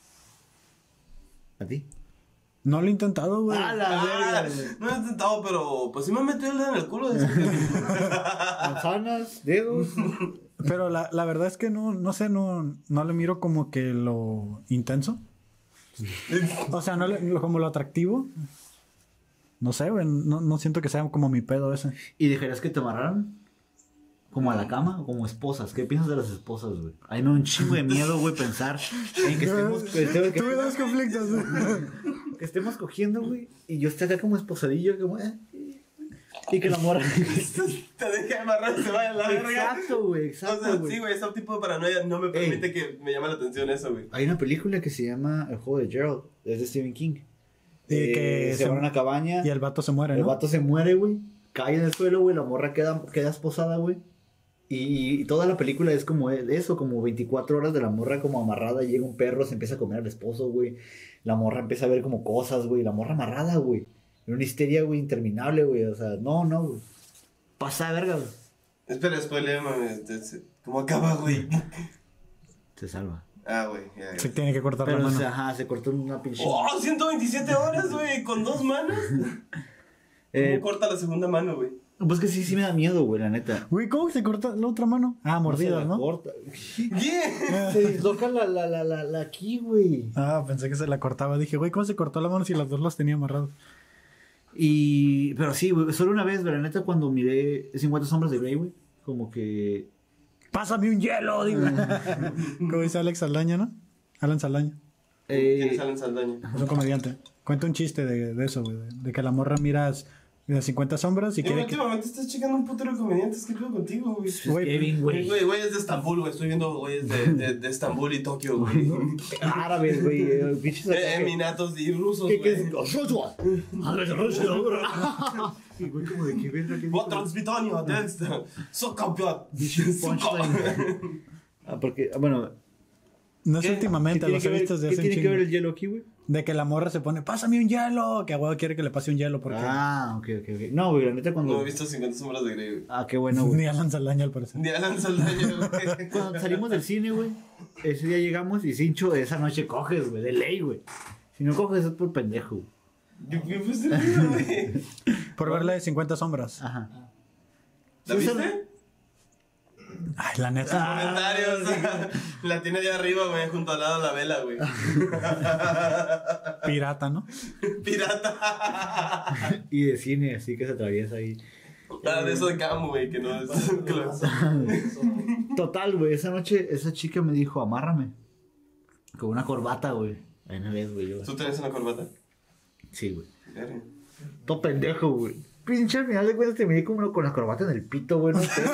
Speaker 1: ¿A ti?
Speaker 4: No lo he intentado, güey.
Speaker 1: ¡A la
Speaker 3: Ah,
Speaker 1: verga, güey!
Speaker 3: no he intentado, pero pues sí me he metido el dedo en el culo. Dice que-
Speaker 1: Manzanas, dedos.
Speaker 4: Pero la, la verdad es que no, no sé, no, no le miro como que lo intenso. O sea, no le- lo- como lo atractivo. No sé, güey. No, no siento que sea como mi pedo ese.
Speaker 1: ¿Y dejarías que te amarraran? ¿Como a la cama o como esposas? ¿Qué piensas de las esposas, güey? A mí me da un chingo de miedo, güey, pensar en que estemos, que estemos- que
Speaker 4: Tuve dos conflictos.
Speaker 1: que estemos cogiendo, güey, y yo esté acá como esposadillo, como... eh, y que la morra...
Speaker 3: Te deje amarrar y se vaya a la verga.
Speaker 1: Exacto, güey,
Speaker 3: O sea,
Speaker 1: exacto, güey.
Speaker 3: sí, güey, ese tipo de paranoia no me permite que me llame la atención eso, güey.
Speaker 1: Hay una película que se llama El juego de Gerald, es de Stephen King.
Speaker 4: Y
Speaker 1: Eh,
Speaker 4: que
Speaker 1: se
Speaker 4: se-
Speaker 1: va a una cabaña,
Speaker 4: Y el vato se muere,
Speaker 1: el
Speaker 4: ¿no?
Speaker 1: vato se muere, güey, cae en el suelo, güey, la morra queda, queda esposada, güey. Y, y toda la película es como eso, como veinticuatro horas de la morra como amarrada, llega un perro, se empieza a comer al esposo, güey. La morra empieza a ver como cosas, güey, la morra amarrada, güey. Era una histeria, güey, interminable, güey, o sea, no, no, güey. Pasa de verga, güey.
Speaker 3: Espera, spoiler, mami. ¿Cómo acaba, güey?
Speaker 1: Se salva.
Speaker 3: Ah, güey, ya,
Speaker 4: Se
Speaker 3: ya.
Speaker 4: tiene que cortar
Speaker 1: Pero,
Speaker 4: la
Speaker 1: o
Speaker 4: mano.
Speaker 1: sea, ajá, se cortó una pinche...
Speaker 3: ¡Oh! ciento veintisiete horas, güey, con dos manos.
Speaker 1: Eh,
Speaker 3: ¿Cómo corta la segunda mano, güey?
Speaker 1: pues que sí, sí me da miedo, güey, la neta.
Speaker 4: Güey, ¿cómo se corta la otra mano? Ah, mordidas,
Speaker 1: se la
Speaker 4: ¿no?
Speaker 1: corta.
Speaker 3: ¿Qué?
Speaker 1: Se disloca la, la, la, la, la aquí, güey.
Speaker 4: Ah, pensé que se la cortaba. Dije, güey, ¿cómo se cortó la mano si las dos las tenía amarradas?
Speaker 1: Y... Pero sí, güey, solo una vez, güey, la neta, cuando miré cincuenta sombras de Grey, güey, como que...
Speaker 4: ¡Pásame un hielo! Digo. Como dice Alex Saldaña, ¿no? Alan Saldaña.
Speaker 3: ¿Quién
Speaker 1: Eh,
Speaker 3: sale en Saldaña?
Speaker 4: Es un comediante. Cuenta un chiste de, de eso, güey. De, de que la morra miras de cincuenta sombras y
Speaker 3: Y
Speaker 4: quiere que...
Speaker 3: últimamente estás checando un putero de comediantes. ¿Qué pedo contigo, güey?
Speaker 4: Güey,
Speaker 1: Kevin, güey.
Speaker 3: Güey, güey, es de Estambul, güey. Estoy viendo güeyes de, de, de Estambul y Tokio, güey.
Speaker 1: Árabes, güey. eh, Bichos acá
Speaker 3: Eh,
Speaker 1: que-
Speaker 3: Eminatos y rusos,
Speaker 1: ¿Qué, qué es?
Speaker 3: güey.
Speaker 1: Y güey, como de qué verga, qué
Speaker 3: Vad transmitanio, desta. So campeón.
Speaker 1: punchline. Ah, porque, ah, bueno.
Speaker 4: no es
Speaker 1: ¿qué-
Speaker 4: últimamente,
Speaker 1: qué
Speaker 4: los
Speaker 1: tiene
Speaker 4: he
Speaker 1: que
Speaker 4: visto
Speaker 1: ver-
Speaker 4: desde
Speaker 1: ¿Qué
Speaker 4: hace un
Speaker 1: tiene que ver
Speaker 4: chingo.
Speaker 1: el hielo aquí, güey?
Speaker 4: De que la morra se pone, pásame un hielo, que a huevo quiere que le pase un hielo porque
Speaker 1: Ah, ok, ok, ok. No, güey, la neta cuando.
Speaker 3: No he visto cincuenta sombras de Grey, güey.
Speaker 1: Ah, qué bueno, güey.
Speaker 4: ni Alan Saldaña al parecer.
Speaker 3: Ni Alan Saldaña, güey.
Speaker 1: Cuando salimos del cine, güey, ese día llegamos y Cincho, esa noche coges, güey, de ley, güey. Si no coges es por pendejo, güey.
Speaker 3: Yo ¿qué fue ese pedo, güey?
Speaker 4: Por verla de cincuenta sombras.
Speaker 1: Ajá.
Speaker 3: ¿La viste?
Speaker 4: Ay, la neta.
Speaker 3: Comentarios. La tiene allá arriba, güey, junto al lado de la vela, güey.
Speaker 4: Pirata, ¿no?
Speaker 3: Pirata.
Speaker 1: Y de cine, así que se atraviesa ahí.
Speaker 3: Ah, de eso de camo, güey, que no es. que lo-
Speaker 1: Total, güey, esa noche esa chica me dijo, amárrame. Con una corbata, güey. Ahí me ves, güey. Yo...
Speaker 3: ¿Tú tenés una corbata?
Speaker 1: Sí, güey.
Speaker 3: Verga.
Speaker 1: Todo pendejo, güey. Pinche, al final de cuentas te miré como con la corbata en el pito, güey. No sé.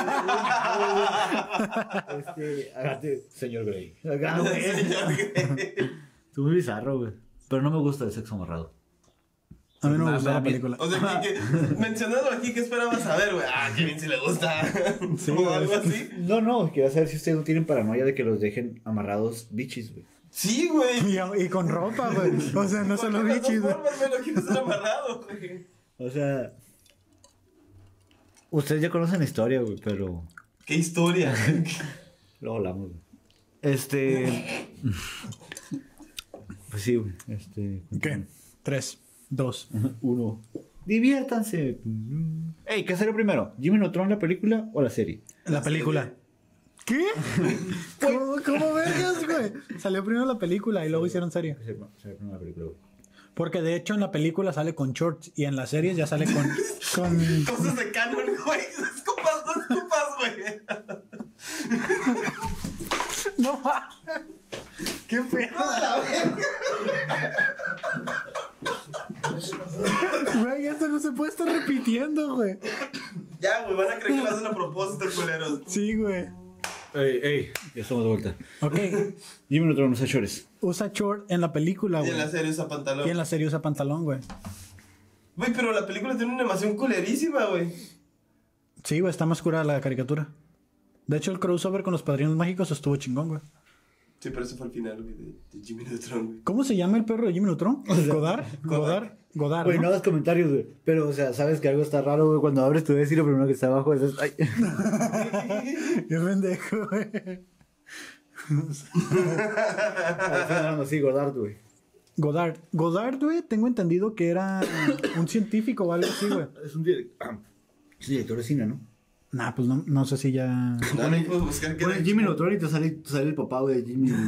Speaker 1: este, agárrate, señor Grey. Acá, güey. Estuvo muy bizarro, güey. Pero no me gusta el sexo amarrado.
Speaker 4: A mí no me
Speaker 3: Ah,
Speaker 4: gustó la
Speaker 3: mira,
Speaker 4: película.
Speaker 3: O sea, que, que, mencionando aquí, ¿qué esperabas saber, güey? Ah, que bien si le gusta.
Speaker 4: Sí,
Speaker 3: o
Speaker 4: güey.
Speaker 3: algo así.
Speaker 1: No, no, quería saber si ustedes no tienen paranoia de que los dejen amarrados bichis, güey.
Speaker 3: Sí, güey.
Speaker 4: Y, y con ropa, güey. O sea, no solo
Speaker 3: Porque de
Speaker 4: bichis,
Speaker 3: todas
Speaker 4: güey.
Speaker 3: formas, güey, lo quiero ser amarrado, güey.
Speaker 1: O sea... Ustedes ya conocen la historia, güey, pero...
Speaker 3: Qué historia.
Speaker 1: Luego hablamos, güey. Este... Pues sí, güey. Este...
Speaker 4: ¿Qué? Tres, dos.
Speaker 1: Uno. Diviértanse. Ey, ¿qué salió primero? ¿Jimmy Neutron la película o la serie?
Speaker 4: La película. ¿Qué? ¿Cómo, ¿Cómo vergas, güey? Salió primero la película y luego hicieron serie.
Speaker 1: Salió primero la película, güey.
Speaker 4: Porque de hecho en la película sale con shorts y en la serie ya sale con... con...
Speaker 3: Cosas de canon, güey. Escupas, no escupas, güey.
Speaker 4: No, qué feo. Güey, esto no se puede estar repitiendo, güey.
Speaker 3: Ya, güey, van a creer que lo hacen a propósito, culeros.
Speaker 4: Sí, güey.
Speaker 1: Ey, ey, ya estamos de vuelta.
Speaker 4: Ok,
Speaker 1: Jimmy Neutron, usa chores.
Speaker 4: usa short en la película,
Speaker 3: Y
Speaker 4: güey.
Speaker 3: en la serie usa pantalón.
Speaker 4: Y en la serie usa pantalón, güey.
Speaker 3: Güey, pero la película tiene una animación culerísima, güey.
Speaker 4: Sí, güey, está más curada la caricatura. De hecho, el crossover con los Padrinos Mágicos estuvo chingón, güey.
Speaker 3: Sí, pero eso fue el final, güey, de, de Jimmy Neutron, güey.
Speaker 4: ¿Cómo se llama el perro de Jimmy Neutron? ¿Godard? ¿Godard? ¿Godard,
Speaker 1: Güey, no
Speaker 4: no?
Speaker 1: hagas comentarios, güey. Pero, o sea, sabes que algo está raro, güey. Cuando abres tu vez y lo primero que está abajo es... Ay.
Speaker 4: Qué pendejo, güey.
Speaker 1: No, sí, Godard, güey.
Speaker 4: Godard. Godard, güey, tengo entendido que era un científico o algo así, güey.
Speaker 1: Es un direc- ah, es director de cine, ¿no?
Speaker 4: Nah, pues no, no sé si ya...
Speaker 3: No, no puedo buscar que
Speaker 1: Pones Jimmy Neutron y te sale, te sale el papá, güey, de Jimmy.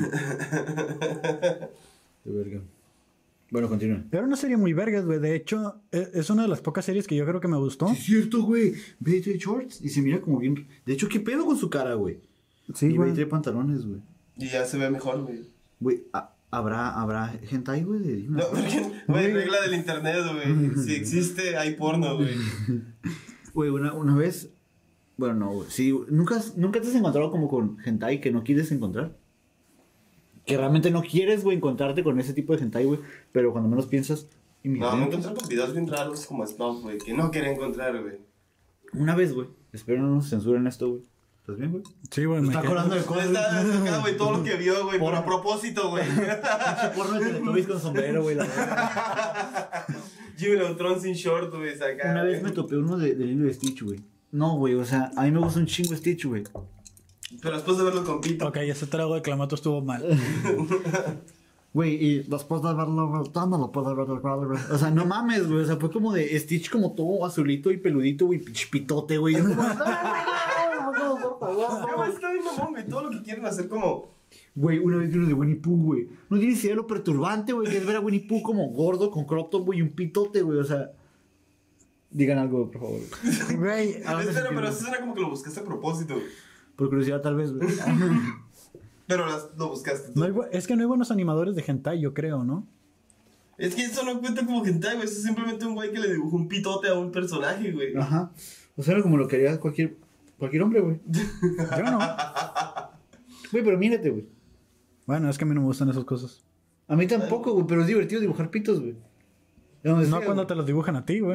Speaker 1: De verga. Bueno, continúa.
Speaker 4: Era una serie muy vergas, güey. De hecho, e- es una de las pocas series que yo creo que me gustó.
Speaker 1: Sí, es cierto, güey. Ve, trae shorts y se mira como bien... De hecho, ¿qué pedo con su cara, güey?
Speaker 4: Sí,
Speaker 1: Y ve,
Speaker 4: güey.
Speaker 1: trae pantalones, güey.
Speaker 3: Y ya se ve mejor, güey.
Speaker 1: Güey, ¿ha- ¿habrá, habrá hentai, güey? De Jimmy
Speaker 3: No,
Speaker 1: Neutron?
Speaker 3: porque, güey, regla del internet, güey. Si existe, hay porno, güey.
Speaker 1: Güey, una, una vez... Bueno, no, güey. Sí, ¿nunca, has- ¿Nunca te has encontrado como con hentai que no quieres encontrar? Que realmente no quieres, güey, encontrarte con ese tipo de hentai, güey. Pero cuando menos piensas...
Speaker 3: No, me
Speaker 1: inmediatamente-
Speaker 3: encontré con videos bien raros como Snuff, güey, que no quería encontrar, güey.
Speaker 1: Una vez, güey. Espero no nos censuren esto, güey. ¿Estás bien, güey?
Speaker 4: Sí, güey. me
Speaker 1: Está
Speaker 4: quedé-
Speaker 1: acordando de
Speaker 3: Pues
Speaker 1: cosas.
Speaker 3: está acá, güey, todo lo que vio, güey, por
Speaker 1: Porno.
Speaker 3: a propósito, güey.
Speaker 1: Porno de Teletubbies con sombrero, güey. la verdad.
Speaker 3: Jimmy Neutron sin short, güey, acá.
Speaker 1: Una vez me topé uno de, de Lilo y Stitch, güey. No, güey, o sea, a mí me gusta un chingo Stitch, güey.
Speaker 3: Pero después de verlo con Pito.
Speaker 4: Ok, ese trago de clamato estuvo mal.
Speaker 1: Güey, y después de verlo voltando, lo puedo ver. O sea, no mames, güey. O sea, fue como de Stitch como todo azulito y peludito, güey. Pinche pitote, güey. Yo como,
Speaker 3: Ya, güey, está bien mamón, güey, todo lo que quieren hacer como...
Speaker 1: güey, una vez vi uno de Winnie Pooh, güey. No tienes idea de lo perturbante, güey, que es ver a Winnie Pooh como gordo, con crop top, güey, y un pitote, güey. O sea, digan algo, por favor.
Speaker 4: Güey,
Speaker 1: ¿A dónde
Speaker 3: Espera,
Speaker 1: se
Speaker 3: pero
Speaker 1: pierde?
Speaker 3: eso suena como que lo buscaste a propósito, güey.
Speaker 1: Por curiosidad, tal vez, güey.
Speaker 3: Pero las- lo buscaste tú.
Speaker 4: no hay bu- es que no hay buenos animadores de hentai, yo creo, ¿no?
Speaker 3: Es que eso no cuenta como hentai, güey. Eso es simplemente un güey que le dibujó un pitote a un personaje, güey.
Speaker 1: Ajá. O sea, era como lo quería cualquier, cualquier hombre, güey.
Speaker 4: Yo no.
Speaker 1: Güey, pero mírate, güey.
Speaker 4: Bueno, es que a mí no me gustan esas cosas.
Speaker 1: A mí tampoco, güey, pero es divertido dibujar pitos, güey. Ya
Speaker 4: No
Speaker 1: decía,
Speaker 4: cuando
Speaker 1: güey.
Speaker 4: te los dibujan a ti, güey.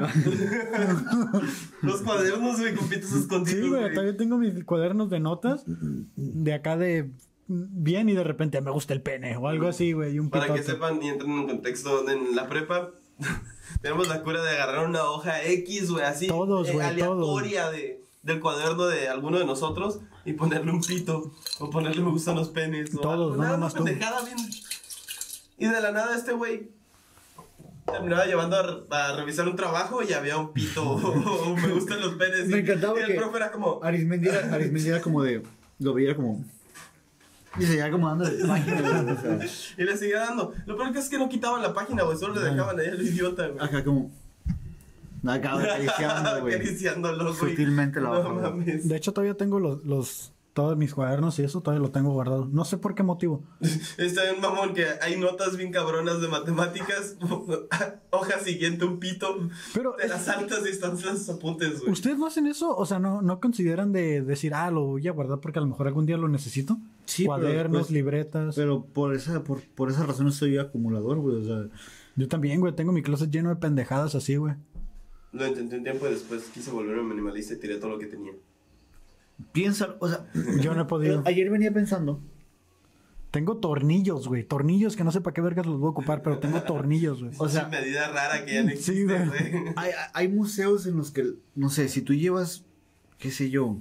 Speaker 3: Los cuadernos, güey, con pitos escondidos.
Speaker 4: Sí, güey,
Speaker 3: güey.
Speaker 4: todavía tengo mis cuadernos de notas de acá de bien y de repente me gusta el pene o algo así, güey, y un
Speaker 3: Para que
Speaker 4: pitote.
Speaker 3: sepan y entren en contexto, en la prepa tenemos la cura de agarrar una hoja X, güey, así
Speaker 4: Todos,
Speaker 3: eh,
Speaker 4: güey,
Speaker 3: aleatoria de, del cuaderno de alguno de nosotros y ponerle un pito o ponerle me gustan los penes o
Speaker 4: Todos,
Speaker 3: algo,
Speaker 4: no
Speaker 3: nada,
Speaker 4: nomás
Speaker 3: una
Speaker 4: tú.
Speaker 3: pendejada bien. Y de la nada este güey terminaba llevando a, re- a revisar un trabajo y había un pito o me gustan los penes.
Speaker 1: Me
Speaker 3: y-
Speaker 1: encantaba
Speaker 3: y el
Speaker 1: que
Speaker 3: profe era como
Speaker 1: Arismendi era, Arismendi era como de... Lo veía como... Y se iba como dando de página, güey. O sea,
Speaker 3: y le seguía dando. Lo peor que es que no quitaban la página, güey, solo le dejaban ahí al idiota, güey.
Speaker 1: acá como... Acá acariciando, güey.
Speaker 3: Acariciándolo, güey.
Speaker 1: Sutilmente la
Speaker 3: No
Speaker 1: hoja, güey.
Speaker 3: mames.
Speaker 4: De hecho, todavía tengo los, los todos mis cuadernos y eso todavía lo tengo guardado. No sé por qué motivo.
Speaker 3: Está bien, mamón, que hay notas bien cabronas de matemáticas. Hoja siguiente, un pito.
Speaker 4: Pero
Speaker 3: Te las saltas y están los apuntes, güey.
Speaker 4: ¿ustedes no hacen eso? O sea, ¿no, no consideran de decir, ah, lo voy a guardar porque a lo mejor algún día lo necesito?
Speaker 1: Sí, pero
Speaker 4: Cuadernos,
Speaker 1: después-
Speaker 4: libretas.
Speaker 1: Pero por esa, por, por esa razón soy acumulador, güey. O sea,
Speaker 4: Yo también, güey, tengo mi closet lleno de pendejadas así, güey.
Speaker 3: Lo intenté un tiempo y después quise volverme minimalista y tiré todo lo que tenía.
Speaker 1: piensa, o sea,
Speaker 4: Yo no he podido.
Speaker 1: ayer venía pensando.
Speaker 4: Tengo tornillos, güey. Tornillos que no sé para qué vergas los voy a ocupar, pero tengo tornillos, güey.
Speaker 1: O sea,
Speaker 3: Esa medida rara que ya no
Speaker 4: sí,
Speaker 3: existe,
Speaker 4: güey.
Speaker 3: güey.
Speaker 1: hay, hay museos en los que, no sé, si tú llevas, qué sé yo,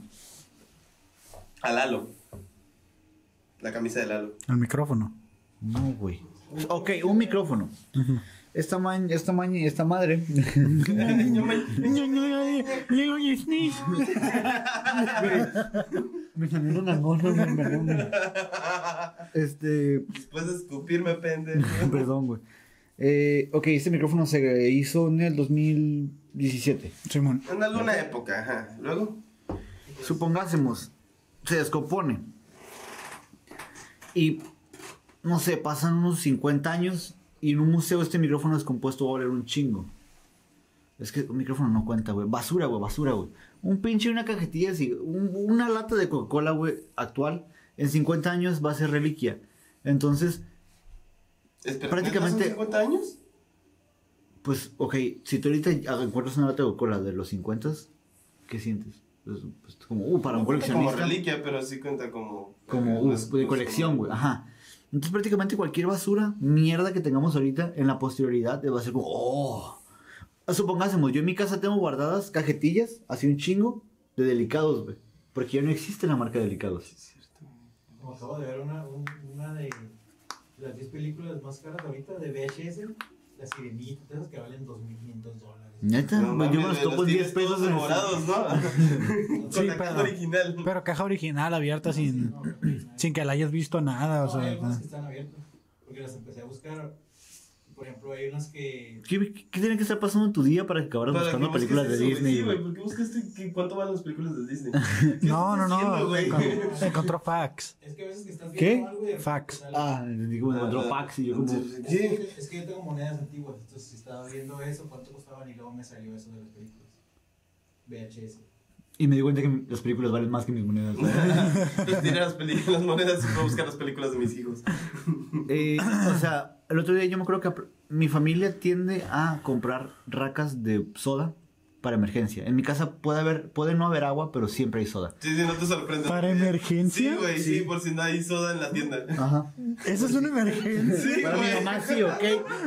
Speaker 3: A Lalo. La camisa de Lalo.
Speaker 4: El micrófono.
Speaker 1: no, güey. Ok, un micrófono. Esta ma esta ma esta madre. Me salió una gona, me perdón. Este,
Speaker 3: Después de escupirme, pendejo.
Speaker 1: perdón, güey. Eh, ok, este micrófono se hizo en el dos mil diecisiete.
Speaker 4: Simón.
Speaker 3: En alguna época, ajá. Luego.
Speaker 1: Supongásemos, se descompone. Y, no sé, pasan unos cincuenta años y en un museo este micrófono descompuesto va a valer un chingo. Es que un micrófono no cuenta, güey. Basura, güey, basura, güey. Un pinche, una cajetilla así, un- una lata de Coca-Cola, güey, actual, en cincuenta años va a ser reliquia. Entonces,
Speaker 3: Espera,
Speaker 1: Prácticamente-
Speaker 3: ¿son cincuenta años?
Speaker 1: pues, ok, si tú ahorita encuentras una lata de Coca-Cola de los cincuenta, ¿qué sientes? Pues, pues, como, uh, para un
Speaker 3: No cuenta
Speaker 1: coleccionista.
Speaker 3: como reliquia, pero sí cuenta como.
Speaker 1: Como
Speaker 3: eh,
Speaker 1: uh, de colección, güey. Ajá. Entonces prácticamente cualquier basura, mierda que tengamos ahorita, en la posterioridad va a ser como, oh. Supongásemos, yo en mi casa tengo guardadas cajetillas, así un chingo, de delicados, güey. Porque ya no existe la marca de delicados.
Speaker 2: Como acabo de ver una, un- una de las diez películas más caras ahorita de V H S, La Sirenita, esas que valen dos mil quinientos dólares.
Speaker 1: Neta,
Speaker 3: No,
Speaker 1: güey, yo me
Speaker 3: mames,
Speaker 1: los topo en
Speaker 3: tienes
Speaker 1: diez pesos
Speaker 3: todos
Speaker 1: en el-
Speaker 3: demorados, ¿no?
Speaker 4: Sí,
Speaker 3: Con la caja
Speaker 4: pero-
Speaker 3: original.
Speaker 4: Pero caja original, abierta, sin,
Speaker 2: No, original.
Speaker 4: sin que la hayas visto nada, o
Speaker 2: No, hay
Speaker 4: sea.
Speaker 2: algunas que están abiertas, porque las empecé a buscar. Por ejemplo, hay unas que...
Speaker 1: ¿Qué, qué tiene que estar pasando en tu día para que acabaras
Speaker 3: Para
Speaker 1: buscando
Speaker 3: que busques
Speaker 1: películas de
Speaker 3: eso, güey.
Speaker 1: Disney,
Speaker 3: Sí, güey,
Speaker 1: güey?
Speaker 3: ¿por qué buscaste que- cuánto valen las películas de Disney? ¿Qué
Speaker 4: No, no,
Speaker 3: estás haciendo,
Speaker 4: no.
Speaker 3: güey?
Speaker 4: encon- Encontró fax.
Speaker 2: Es que a veces que estás
Speaker 1: ¿Qué?
Speaker 2: viendo algo y de repente
Speaker 4: Fax.
Speaker 2: te sale-
Speaker 1: Ah, digo, me encontró Pax y yo como...
Speaker 2: Es que, es que yo tengo monedas antiguas, entonces si estaba viendo eso, cuánto costaban y luego me salió eso de las películas. V H S.
Speaker 1: Y me di cuenta que las películas valen más que mis monedas.
Speaker 3: Pues tiré las, peli- las monedas y fui a buscar las películas de mis hijos.
Speaker 1: Eh, o sea, el otro día yo me creo que apr- mi familia tiende a comprar racas de soda para emergencia. En mi casa puede haber, puede no haber agua, pero siempre hay soda.
Speaker 3: Sí, sí, no te sorprendes.
Speaker 4: ¿Para emergencia?
Speaker 3: Sí, güey, sí. por si no hay soda en la tienda.
Speaker 1: Ajá.
Speaker 4: Eso es una emergencia.
Speaker 3: Sí,
Speaker 1: Para mi
Speaker 3: güey.
Speaker 1: mamá sí, ok.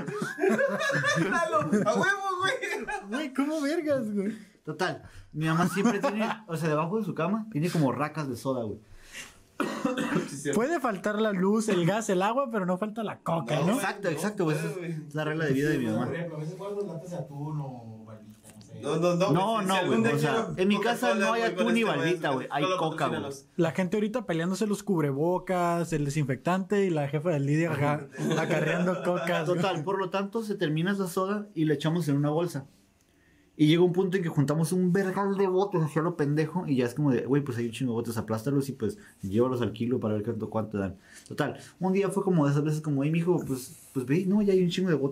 Speaker 3: Lalo, a huevo, güey.
Speaker 4: Güey, ¿cómo vergas, güey?
Speaker 1: Total, mi mamá siempre tiene, o sea, debajo de su cama, tiene como racas de soda, güey.
Speaker 3: Sí, cierto.
Speaker 4: Puede faltar la luz, el gas, el agua, pero no falta la coca,
Speaker 3: No,
Speaker 4: ¿no?
Speaker 3: güey.
Speaker 1: Exacto, exacto, güey. Esa
Speaker 3: güey.
Speaker 1: es la regla de vida de mi mamá.
Speaker 2: Por ejemplo, a veces guardo latas de atún o barbita, no sé.
Speaker 3: No, no, no.
Speaker 1: No,
Speaker 3: güey, si-
Speaker 1: no,
Speaker 3: si algún
Speaker 1: güey,
Speaker 3: día
Speaker 1: o sea,
Speaker 3: quiero
Speaker 1: en mi casa
Speaker 3: Coca-Cola,
Speaker 1: no hay
Speaker 3: voy con
Speaker 1: atún ni
Speaker 3: este
Speaker 1: barbita,
Speaker 3: güey,
Speaker 1: güey, hay
Speaker 3: solo
Speaker 1: coca,
Speaker 3: patrocínanos.
Speaker 4: La gente ahorita peleándose los cubrebocas, el desinfectante y la jefa del Lidia acá acarreando cocas. güey.
Speaker 1: Total, por lo tanto, se termina esa soda y la echamos en una bolsa. Y llega un punto en que juntamos un vergal de botes hacia lo pendejo y ya es como de, güey, pues hay un chingo de botes, aplástalos y pues llévalos al kilo para ver cuánto, cuánto dan. Total, un día fue como de esas veces como, hey, mijo, pues, pues ve, no, ya hay un chingo de botes,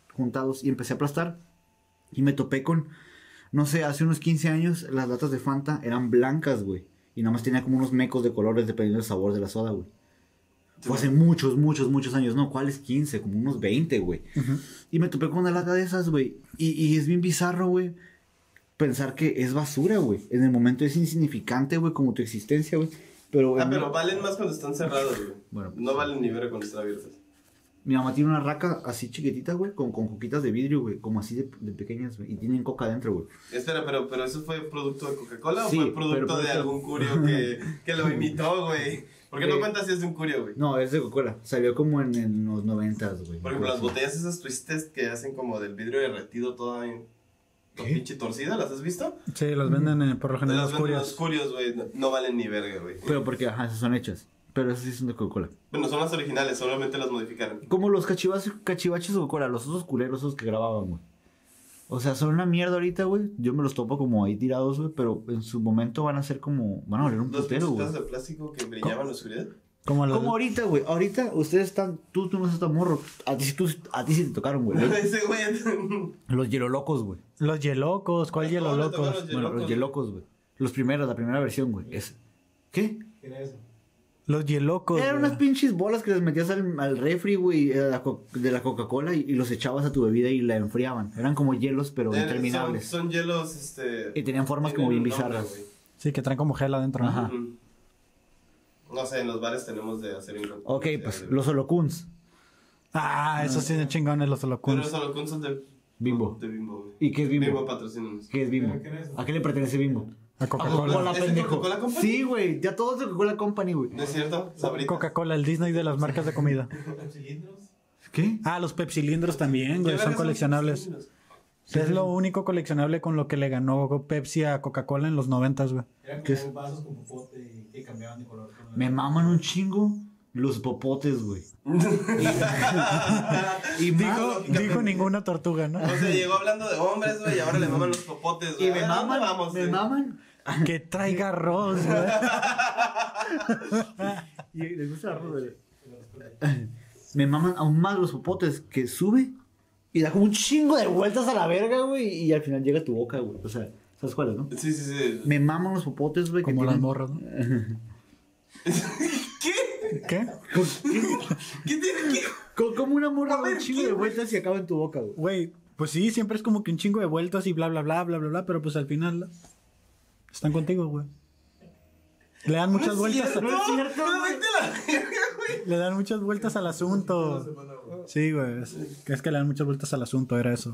Speaker 1: juntados y empecé a aplastar. Y me topé con, no sé, hace unos quince años las latas de Fanta eran blancas, güey. Y nada más tenía como unos mecos de colores dependiendo del sabor de la soda, güey. Fue hace muchos, muchos, muchos años. No, ¿cuáles quince? Como unos veinte, güey. Uh-huh. Y me topé con una lata de esas, güey. Y, y es bien bizarro, güey, pensar que es basura, güey. En el momento es insignificante, güey, como tu existencia, güey. Pero,
Speaker 3: ah, pero mi... valen más cuando están cerrados, güey.
Speaker 1: Bueno,
Speaker 3: no valen ni ver cuando están abiertos.
Speaker 1: Mi mamá tiene una raca así chiquitita, güey, con, con coquitas de vidrio, güey, como así de, de pequeñas, güey, y tienen coca adentro, güey.
Speaker 3: Espera, pero, pero ¿eso fue producto de Coca-Cola
Speaker 1: sí,
Speaker 3: o fue producto
Speaker 1: pero, pero,
Speaker 3: de algún curio que, que lo imitó, güey? ¿Por qué
Speaker 1: eh,
Speaker 3: no cuentas si es de un curio, güey?
Speaker 1: No, es de Coca-Cola, salió como en, en los noventas, güey.
Speaker 3: Por ejemplo, las botellas esas twisted que hacen como del vidrio derretido toda en... pinche torcida, ¿las has visto?
Speaker 4: Sí, las venden eh, por lo general
Speaker 3: los curios. Los curios, güey, no, no valen ni verga, güey.
Speaker 1: Pero porque, ajá, esas son hechas. Pero esas sí son de Coca-Cola.
Speaker 3: Bueno, son las originales, solamente las modificaron.
Speaker 1: Como los cachivaches, cachivaches de Coca-Cola, los otros culeros esos que grababan, güey. O sea, son una mierda ahorita, güey. Yo me los topo como ahí tirados, güey. Pero en su momento van a ser como... Van a valer un putero, güey.
Speaker 3: ¿Los de plástico que brillaban en la oscuridad?
Speaker 1: Como, la... como ahorita, güey. Ahorita ustedes están... Tú, tú no estás tan morro. A ti, tú, a ti sí te tocaron, güey.
Speaker 3: Ese güey...
Speaker 1: Los hielolocos, güey.
Speaker 4: Los hielocos. ¿Cuál hielolocos?
Speaker 1: Bueno, los hielocos, güey. Los primeros, la primera versión, güey. Es... ¿Qué?
Speaker 2: ¿Qué era eso?
Speaker 4: Los hielocos.
Speaker 1: Eran unas pinches bolas que les metías al, al refri, güey, de la Coca-Cola y, y los echabas a tu bebida y la enfriaban. Eran como hielos, pero
Speaker 3: eh,
Speaker 1: interminables.
Speaker 3: Son, son hielos, este...
Speaker 1: Y tenían formas como bien bizarras.
Speaker 3: Nombre,
Speaker 4: sí, que traen como gel adentro.
Speaker 1: Ajá.
Speaker 3: Uh-huh. No sé, en los bares tenemos de hacer...
Speaker 1: Ok, pues, los holocuns.
Speaker 4: Ah, esos sí son chingones los holocuns.
Speaker 3: Pero los holocuns son de...
Speaker 1: Bimbo.
Speaker 3: De Bimbo, güey.
Speaker 1: ¿Y qué es Bimbo?
Speaker 3: Bimbo patrocínanos.
Speaker 1: ¿Qué es Bimbo?
Speaker 2: ¿Qué es
Speaker 1: ¿A qué le pertenece Bimbo?
Speaker 4: A Coca-Cola.
Speaker 1: Coca-Cola, pendejo.
Speaker 3: ¿Coca-Cola Company?
Speaker 1: Sí, güey. Ya todo es de Coca-Cola Company, güey.
Speaker 3: ¿No es cierto? Sabritas.
Speaker 4: Coca-Cola, el Disney de las marcas de comida.
Speaker 2: ¿Cilindros?
Speaker 1: ¿Qué?
Speaker 4: Ah, los pepsilindros también, güey. Son coleccionables. Es lo único coleccionable con lo que le ganó Pepsi a Coca-Cola en los noventas, güey.
Speaker 2: Eran
Speaker 1: ¿Qué
Speaker 2: como
Speaker 1: es?
Speaker 2: vasos con popote que cambiaban de color.
Speaker 1: Me maman un chingo los popotes, güey. y
Speaker 4: Dijo,
Speaker 3: Ah,
Speaker 4: dijo ninguna tortuga, ¿no?
Speaker 3: O sea, llegó hablando de hombres, güey, y ahora le maman los popotes, güey.
Speaker 1: Y me
Speaker 3: A ver, ¿a dónde
Speaker 1: maman,
Speaker 3: vamos,
Speaker 1: me
Speaker 3: güey?
Speaker 1: maman.
Speaker 4: Que traiga arroz, güey.
Speaker 1: Y les gusta el arroz, güey. Me maman aún más los popotes que sube y da como un chingo de vueltas a la verga, güey. Y al final llega a tu boca, güey. O sea, ¿sabes cuáles, no?
Speaker 3: Sí, sí, sí.
Speaker 1: Me maman los popotes, güey.
Speaker 4: Como
Speaker 1: que
Speaker 4: las
Speaker 1: tienen-
Speaker 4: morras, ¿no?
Speaker 3: ¿Qué?
Speaker 4: ¿Qué?
Speaker 3: ¿Qué tiene que...?
Speaker 1: Co- Como una morra
Speaker 3: A
Speaker 1: da
Speaker 3: ver,
Speaker 1: un chingo
Speaker 3: ¿qué,
Speaker 1: de
Speaker 3: güey?
Speaker 1: vueltas y acaba en tu boca, güey.
Speaker 4: Güey, pues sí, siempre es como que un chingo de vueltas y bla, bla, bla, bla, bla, bla, pero pues al final están contigo, güey. Le dan muchas
Speaker 3: No es
Speaker 4: vueltas.
Speaker 3: cierto,
Speaker 1: no es cierto,
Speaker 3: no,
Speaker 1: güey.
Speaker 3: vete a la verga, güey.
Speaker 4: Le dan muchas vueltas al asunto. Sí, güey. Es, es que le dan muchas vueltas al asunto, era eso.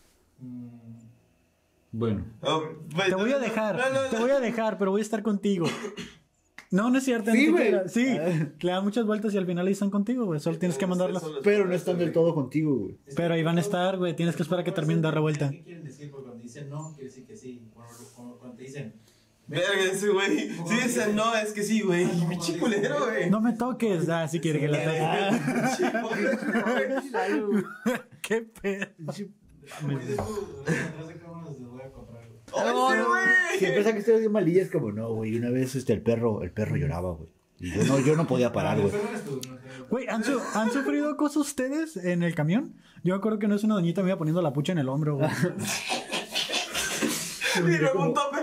Speaker 1: Bueno.
Speaker 3: Oh, güey,
Speaker 4: Te voy a dejar,
Speaker 3: no, no, no.
Speaker 4: te voy a dejar, pero voy a estar contigo. No, no es cierto.
Speaker 1: Sí,
Speaker 4: no te
Speaker 1: güey.
Speaker 4: creas. Sí, le dan muchas vueltas y al final ahí están contigo, güey. Solo tienes que mandarlas.
Speaker 1: Pero no están del todo contigo, güey.
Speaker 4: Pero ahí van a estar, güey. Tienes que esperar a que terminen de dar la vuelta.
Speaker 2: ¿Qué quieren decir? Porque cuando dicen no, quiere decir que sí. Cuando, cuando, cuando te dicen...
Speaker 3: Verga ese, güey. Sí, ese no, es que sí, güey. Pinche culero, güey.
Speaker 4: No me toques. Ah, sí quiere que la toque. Qué pedo.
Speaker 2: Como dices tú, atrás de cámaras les voy a comprar. güey.
Speaker 3: ¡Oh, ese, güey!
Speaker 1: Siempre saca historias bien malillas como, no, güey. Una vez este, el perro, el perro lloraba, güey. Y yo no, yo no podía parar, güey.
Speaker 2: Pero eres tú, no sé.
Speaker 4: Güey, ¿han, su- ¿han sufrido cosas ustedes en el camión? Yo me acuerdo que no es una doñita me iba poniendo la pucha en el hombro, güey.
Speaker 3: Y luego un tope.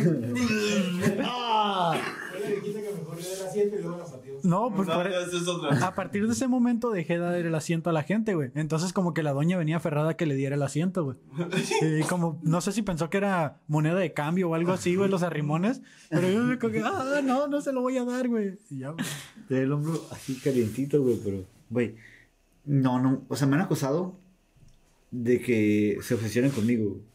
Speaker 1: ¡Ah!
Speaker 2: Fue la viejita que mejor le da el asiento y luego la pateó.
Speaker 4: No, pues
Speaker 3: No,
Speaker 4: por-
Speaker 3: eso es otra.
Speaker 4: a partir de ese momento dejé de dar el asiento a la gente, güey. Entonces como que la doña venía aferrada a que le diera el asiento, güey. Y como, no sé si pensó que era moneda de cambio o algo así, güey, los arrimones. Pero yo me como que, ah, no, no se lo voy a dar, güey. Y ya, güey.
Speaker 1: Tenía el hombro así calientito, güey, pero, güey, no, no, o sea, me han acusado de que se obsesionen conmigo, güey.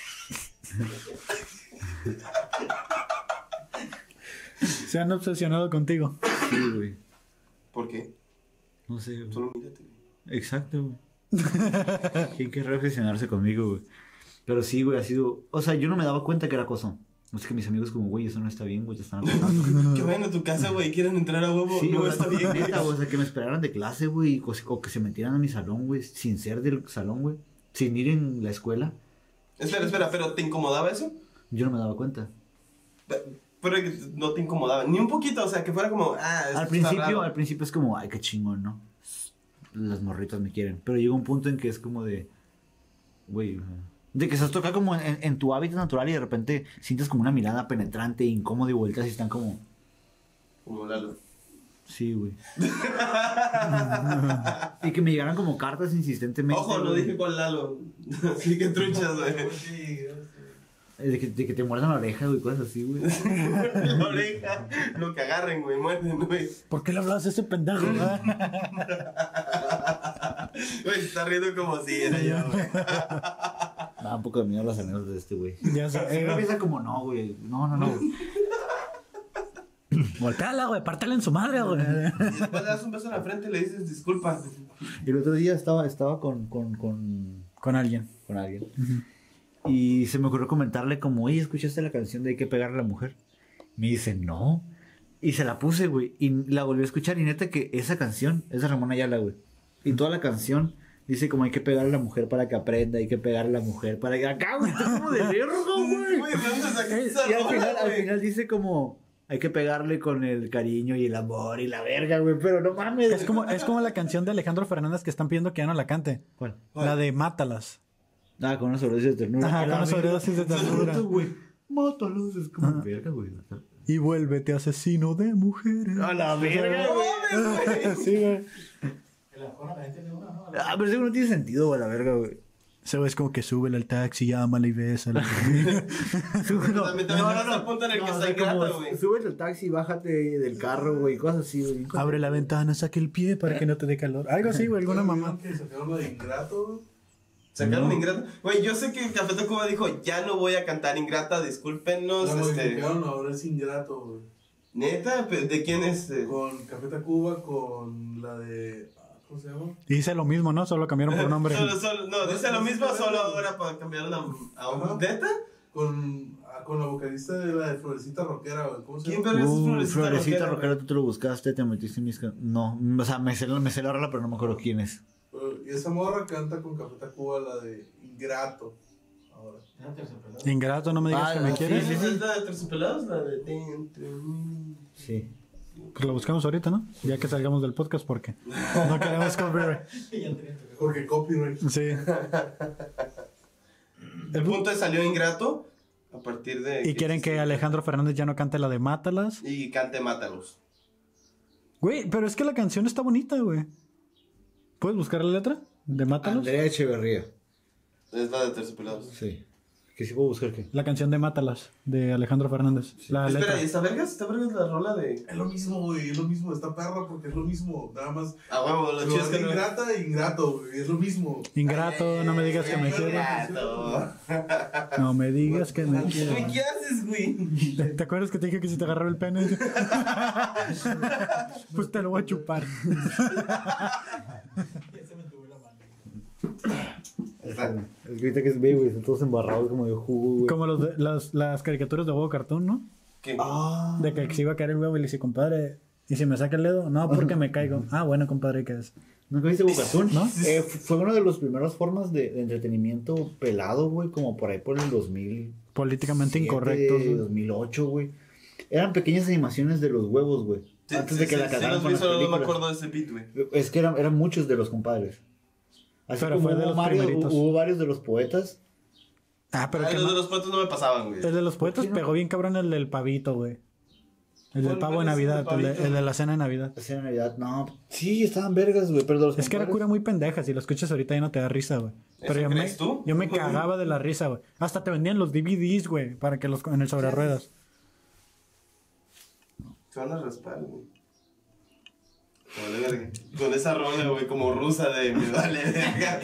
Speaker 4: Se han obsesionado contigo.
Speaker 1: Sí, güey,
Speaker 3: ¿Por qué?
Speaker 1: no sé, güey.
Speaker 3: Solo mírate, güey.
Speaker 1: Exacto, güey. ¿Quién querrá obsesionarse conmigo, güey? Pero sí, güey, ha sido, o sea, yo no me daba cuenta que era acoso. Es que mis amigos como, güey, eso no está bien, güey, te están acosando.
Speaker 3: Que vayan a tu casa, güey, quieren entrar a huevo.
Speaker 1: Sí,
Speaker 3: no,
Speaker 1: güey,
Speaker 3: está bien, güey.
Speaker 1: neta, güey, o sea, que me esperaran de clase, güey, o, o que se metieran a mi salón, güey, sin ser del salón, güey, sin ir en la escuela.
Speaker 3: Espera, espera, ¿pero te incomodaba eso?
Speaker 1: Yo no me daba cuenta.
Speaker 3: Pero que no te incomodaba, ni un poquito, o sea, que fuera como, ah, esto
Speaker 1: Al
Speaker 3: está
Speaker 1: principio,
Speaker 3: raro.
Speaker 1: al principio es como, ay, qué chingón, ¿no? Las morritas me quieren. Pero llega un punto en que es como de, güey. O sea, de que estás tocado como en, en tu hábitat natural y de repente sientes como una mirada penetrante, incómoda y vueltas y están como...
Speaker 3: Como Lalo.
Speaker 1: Sí, güey. Y que me llegaran como cartas insistentemente.
Speaker 3: Ojo, no
Speaker 1: güey.
Speaker 3: dije cuál Lalo. Así que truchas, güey.
Speaker 2: Sí,
Speaker 1: De que, de que te muerdan la oreja, güey, cosas así, güey.
Speaker 3: La oreja. Lo que agarren, güey. Muerden, güey.
Speaker 4: ¿Por qué le hablabas a ese pendejo? ¿verdad?
Speaker 3: Güey, se está riendo como si era yo, güey.
Speaker 1: Da un poco de miedo las anécdotas de este, güey.
Speaker 4: Ya sé.
Speaker 1: Siempre piensa como, no, güey. No, no, no.
Speaker 4: Volteala, güey, pártela en su madre, güey.
Speaker 3: Y después le das un beso en la frente y le dices disculpa.
Speaker 1: Y el otro día estaba, estaba con, con, con,
Speaker 4: Con alguien.
Speaker 1: con alguien. Y se me ocurrió comentarle como, oye, ¿escuchaste la canción de Hay que pegarle a la mujer? Me dice, no. Y se la puse, güey. Y la volví a escuchar. Y neta que esa canción es de Ramón Ayala, güey. Y toda la canción dice como hay que pegarle a la mujer para que aprenda. Hay que pegarle a la mujer para que... Acá, güey, está como de verga, güey.
Speaker 3: Güey, ¿de dónde sacaste esa
Speaker 1: Y al
Speaker 3: rola,
Speaker 1: final, al
Speaker 3: güey?
Speaker 1: final dice como... Hay que pegarle con el cariño y el amor y la verga, güey. Pero no mames.
Speaker 4: Es como, es como la canción de Alejandro Fernández que están pidiendo que ya no la cante.
Speaker 1: ¿Cuál?
Speaker 4: La de Mátalas.
Speaker 1: Ah, con una sobredosis de ternura.
Speaker 4: Ajá,
Speaker 1: A
Speaker 4: con
Speaker 1: la
Speaker 4: una
Speaker 1: verga.
Speaker 4: sobredosis de ternura.
Speaker 1: güey. Mátalos. Es como verga, güey.
Speaker 4: Y vuélvete asesino de mujeres.
Speaker 1: A la verga, güey.
Speaker 4: Sí, güey.
Speaker 2: El Arjona también tiene una, ¿no?
Speaker 1: Ah, pero eso no tiene sentido, güey, la verga, güey.
Speaker 4: Ese güey es como que súbele al taxi, llámala y bésala.
Speaker 3: Pero también te vas al punto en el que
Speaker 1: No, o
Speaker 3: está
Speaker 1: sea, como,
Speaker 3: ingrata, güey.
Speaker 1: súbete al taxi, bájate del carro, güey, cosas así, güey.
Speaker 4: Abre la ventana, saque el pie para que no te dé calor. Algo así, güey, alguna mamá.
Speaker 2: Que sacaron lo de Ingrato.
Speaker 3: Sacaron
Speaker 1: No.
Speaker 3: Ingrata. Güey, yo sé que Café Tacuba dijo, ya no voy a cantar Ingrata, discúlpenos,
Speaker 6: La
Speaker 3: este...
Speaker 6: modificaron, ahora es Ingrato, güey.
Speaker 3: Neta, ¿Pero ¿de quién es? eh?
Speaker 6: Con Café Tacuba, con la de... ¿Cómo se llama?
Speaker 4: Dice lo mismo, ¿no? Solo cambiaron por nombre.
Speaker 3: Solo, solo, no, dice lo mismo, solo ahora para cambiar una... a un-
Speaker 6: Ajá.
Speaker 3: ¿Neta?
Speaker 6: Con, ah, con la vocalista de la de Florecita Rockera, güey. ¿Cómo se
Speaker 3: ¿Quién
Speaker 6: llama?
Speaker 3: pero es
Speaker 1: Uh,
Speaker 3: Florecita
Speaker 1: Florecita
Speaker 3: Rockera,
Speaker 1: Rockera,
Speaker 3: güey?
Speaker 1: tú te lo buscaste, te metiste en mis... can- No, o sea, me sé, la- me sé la rola, pero no me acuerdo quién es.
Speaker 6: Pero- Y esa morra canta con Café Tacuba la de Ingrato. Ahora.
Speaker 2: Era terciopelado.
Speaker 4: Ingrato, no me digas
Speaker 1: Ah,
Speaker 4: que me
Speaker 1: sí,
Speaker 4: quieres.
Speaker 1: sí, sí.
Speaker 3: ¿Es la de Terciopelados? La de... Dentro de mí.
Speaker 1: Sí.
Speaker 4: Pues lo buscamos ahorita, ¿no? Ya que salgamos del podcast, porque no queremos copyright.
Speaker 6: Porque copyright.
Speaker 4: Sí.
Speaker 3: El punto es salió Ingrato a partir de...
Speaker 4: Y quieren que Alejandro Fernández ya no cante la de Mátalas.
Speaker 3: Y cante Mátalos.
Speaker 4: Güey, pero es que la canción está bonita, güey. ¿Puedes buscar la letra de Mátalos?
Speaker 1: Andrea Echeverría.
Speaker 3: Es la de Terciopelados.
Speaker 1: Sí. ¿Qué sí puedo buscar qué?
Speaker 4: La canción de Mátalas, de Alejandro Fernández. La
Speaker 3: Espera,
Speaker 4: letra.
Speaker 3: ¿y esta vergas? ¿Esta vergas la rola de...?
Speaker 6: Es lo mismo, güey. Es lo mismo. Está perra porque es lo mismo. Nada más.
Speaker 3: Ah, huevo, lo
Speaker 6: Lo
Speaker 3: chido es
Speaker 6: de
Speaker 3: que no...
Speaker 6: Ingrata e Ingrato, güey. Es lo mismo.
Speaker 4: Ingrato, no me digas que me quieres.
Speaker 3: Ingrato.
Speaker 4: No me digas que me
Speaker 3: Güey,
Speaker 4: quieres.
Speaker 3: ¿qué haces, güey?
Speaker 4: ¿Te acuerdas que te dije que si te agarraba el pene? Pues te lo voy a chupar.
Speaker 2: Ya se me tuvo la mano.
Speaker 1: Es que ahorita que es güey, están todos embarrados como de jugo, güey.
Speaker 4: Como los de- las, las caricaturas de huevo cartoon, ¿no?
Speaker 3: ¿Qué?
Speaker 1: Ah.
Speaker 4: De que se iba a caer el huevo y le dice, compadre, ¿y si me saca el dedo? No, porque me caigo. Ah, bueno, compadre, ¿qué es?
Speaker 1: ¿Nunca viste Bocatún?
Speaker 4: ¿No?
Speaker 1: Eh, fu- fue una de las primeras formas de, de entretenimiento pelado, güey, como por ahí por el dos mil.
Speaker 4: Políticamente
Speaker 1: siete,
Speaker 4: incorrectos. güey.
Speaker 1: dos mil ocho, güey. Eran pequeñas animaciones de los huevos, güey.
Speaker 3: Sí,
Speaker 1: Antes
Speaker 3: sí,
Speaker 1: de que
Speaker 3: sí,
Speaker 1: la
Speaker 3: sí,
Speaker 1: cagaran
Speaker 3: los
Speaker 1: con
Speaker 3: vi,
Speaker 1: las
Speaker 3: solo no me
Speaker 1: películas.
Speaker 3: acuerdo de ese beat, güey.
Speaker 1: Es que eran, eran muchos de los compadres. Así
Speaker 4: Pero
Speaker 1: como
Speaker 4: fue de
Speaker 1: hubo,
Speaker 4: los
Speaker 1: varios,
Speaker 4: primeritos.
Speaker 1: hubo varios de los poetas.
Speaker 4: Ah, pero
Speaker 3: Ah,
Speaker 4: que
Speaker 3: los
Speaker 4: no.
Speaker 3: de los patos no me pasaban, güey.
Speaker 4: El de los poetas
Speaker 1: ¿Por qué no?
Speaker 4: pegó bien cabrón el del pavito, güey. El del
Speaker 3: ¿Cuál-
Speaker 4: pavo de
Speaker 3: cuál es el
Speaker 4: Navidad,
Speaker 3: del
Speaker 4: el de,
Speaker 3: pavito?
Speaker 4: el de la cena de Navidad.
Speaker 1: Hacía Navidad. No, sí, estaban vergas, güey. Pero de los
Speaker 4: Es que era
Speaker 1: compadres-
Speaker 4: cura muy pendeja, si lo escuchas ahorita ya no te da risa, güey. Pero
Speaker 3: ¿Eso
Speaker 4: yo me,
Speaker 3: crees tú?
Speaker 4: yo me cagaba de la risa, güey. Hasta te vendían los D V Ds, güey, para que los en el sobre ruedas.
Speaker 3: Se van a raspar, güey. Vale, verga. Con esa rola, güey, como rusa de me vale verga.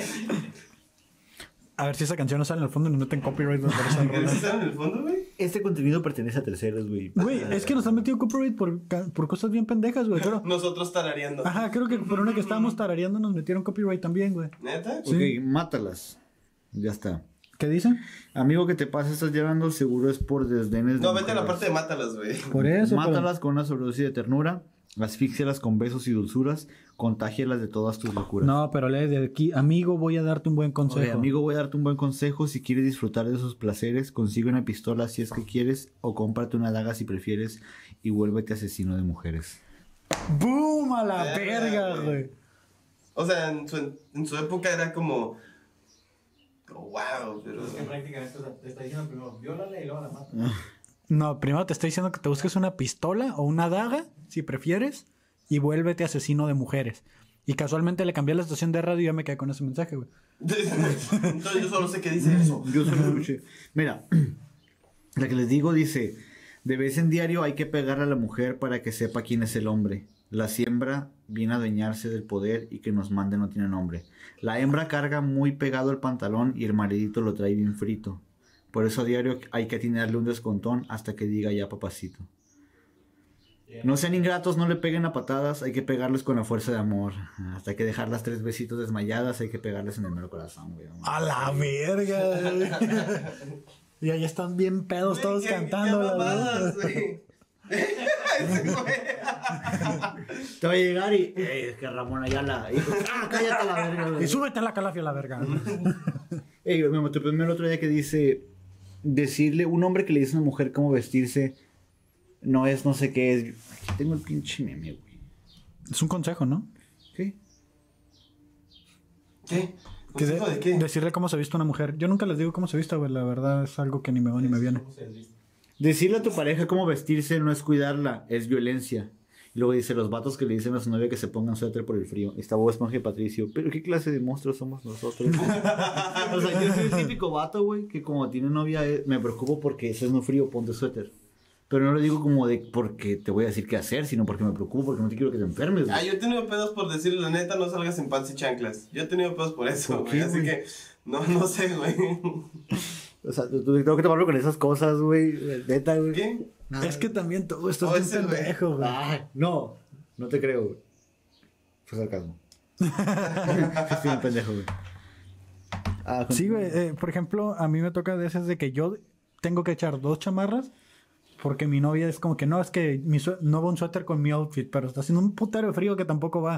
Speaker 4: A ver si esa canción no sale en el fondo y nos meten copyright por esa
Speaker 3: ¿Quieres
Speaker 4: rola.
Speaker 3: estar en el fondo, güey?
Speaker 1: Este contenido pertenece a terceros, güey.
Speaker 4: Güey, es que nos han metido copyright por, ca- por cosas bien pendejas, güey. Creo.
Speaker 3: Nosotros tarareando.
Speaker 4: Ajá, creo que por una que estábamos tarareando nos metieron copyright también, güey.
Speaker 3: ¿Neta?
Speaker 4: Sí.
Speaker 1: Ok, mátalas. Ya está.
Speaker 4: ¿Qué dicen?
Speaker 1: Amigo, que te pasa, estás llorando, seguro es por desdenes.
Speaker 3: No,
Speaker 1: de
Speaker 3: vete a la
Speaker 1: mujeres.
Speaker 3: parte de mátalas, güey.
Speaker 4: Por eso. pero-
Speaker 1: Mátalas con una sobredosis de ternura, asfíxialas con besos y dulzuras, contágialas de todas tus locuras.
Speaker 4: No, pero lee de aquí. Amigo, voy a darte un buen consejo.
Speaker 1: Oye, amigo, voy a darte un buen consejo. Si quieres disfrutar de esos placeres, consigue una pistola si es que quieres, o cómprate una daga si prefieres, y vuélvete asesino de mujeres.
Speaker 4: ¡Boom! A la
Speaker 3: Verga,
Speaker 4: verga,
Speaker 3: güey.
Speaker 4: güey.
Speaker 3: O sea, en su, en su época era como... Oh, wow, pero...
Speaker 2: Es que prácticamente, o sea, te está diciendo primero, viólala y luego la mata.
Speaker 4: No, primero te estoy diciendo que te busques una pistola o una daga, si prefieres, y vuélvete asesino de mujeres. Y casualmente le cambié la estación de radio y ya me quedé con ese mensaje, güey.
Speaker 3: Entonces yo solo sé que dice eso.
Speaker 1: Yo solo escuché. Mira, la que les digo dice: de vez en diario hay que pegar a la mujer para que sepa quién es el hombre. La siembra viene a adueñarse del poder y que nos mande no tiene nombre. La hembra carga muy pegado el pantalón y el maridito lo trae bien frito. Por eso a diario hay que atinarle un descontón hasta que diga ya papacito. No sean ingratos, no le peguen a patadas, hay que pegarles con la fuerza de amor. Hasta hay que dejarlas tres besitos desmayadas, hay que pegarles en el mero corazón, güey.
Speaker 4: A la verga, güey. Y ahí están bien pedos todos
Speaker 3: ¿Qué-
Speaker 4: cantando,
Speaker 3: qué
Speaker 4: la
Speaker 3: mamadas,
Speaker 4: verdad.
Speaker 3: güey? Ese güey.
Speaker 1: Te va a llegar y... Eh, es que Ramón Ayala... Y, ah, cállate a la verga, güey.
Speaker 4: Y súbete a la calafia a la verga.
Speaker 1: Ey, me mostró el otro día que dice... Decirle... Un hombre que le dice a una mujer cómo vestirse... No es no sé qué es... Aquí tengo el pinche meme, güey.
Speaker 4: Es un consejo, ¿no?
Speaker 1: ¿Qué?
Speaker 3: ¿Qué?
Speaker 4: Que de-
Speaker 3: ¿Consejo de qué?
Speaker 4: Decirle cómo se viste una mujer. Yo nunca les digo cómo se viste, güey. La verdad es algo que ni me va ni me viene.
Speaker 2: ¿Cómo se desviste?
Speaker 1: Decirle a tu pareja cómo vestirse no es cuidarla, es violencia. Y luego dice, los vatos que le dicen a su novia que se pongan suéter por el frío. Y está Bob Esponja y Patricio. ¿Pero qué clase de monstruos somos nosotros? O sea, yo soy el típico vato, güey, que como tiene novia eh, me preocupo porque si es no frío, ponte suéter. Pero no lo digo como de porque te voy a decir qué hacer, sino porque me preocupo, porque no te quiero que te enfermes,
Speaker 3: Ah,
Speaker 1: güey.
Speaker 3: yo he tenido pedos por decirle la neta, no salgas en pants y chanclas. Yo he tenido pedos por eso,
Speaker 1: ¿Por
Speaker 3: güey.
Speaker 1: qué,
Speaker 3: Así
Speaker 1: güey?
Speaker 3: que, no, no sé, güey.
Speaker 1: O sea, tú, tú- tengo que tomarlo con esas cosas, güey. Neta, güey.
Speaker 3: ¿Qué?
Speaker 1: Nada.
Speaker 4: Es que también todo esto
Speaker 3: Oh,
Speaker 4: es
Speaker 3: ese
Speaker 4: un
Speaker 3: güey.
Speaker 4: pendejo, güey.
Speaker 1: Ah, no, no te creo, güey. Fue sarcasmo. Estoy un pendejo, güey. Ah,
Speaker 4: Sí, güey. eh, por ejemplo, a mí me toca a veces de que yo tengo que echar dos chamarras porque mi novia es como que no, es que mi sue- no va un suéter con mi outfit, pero está haciendo un putero de frío que tampoco va.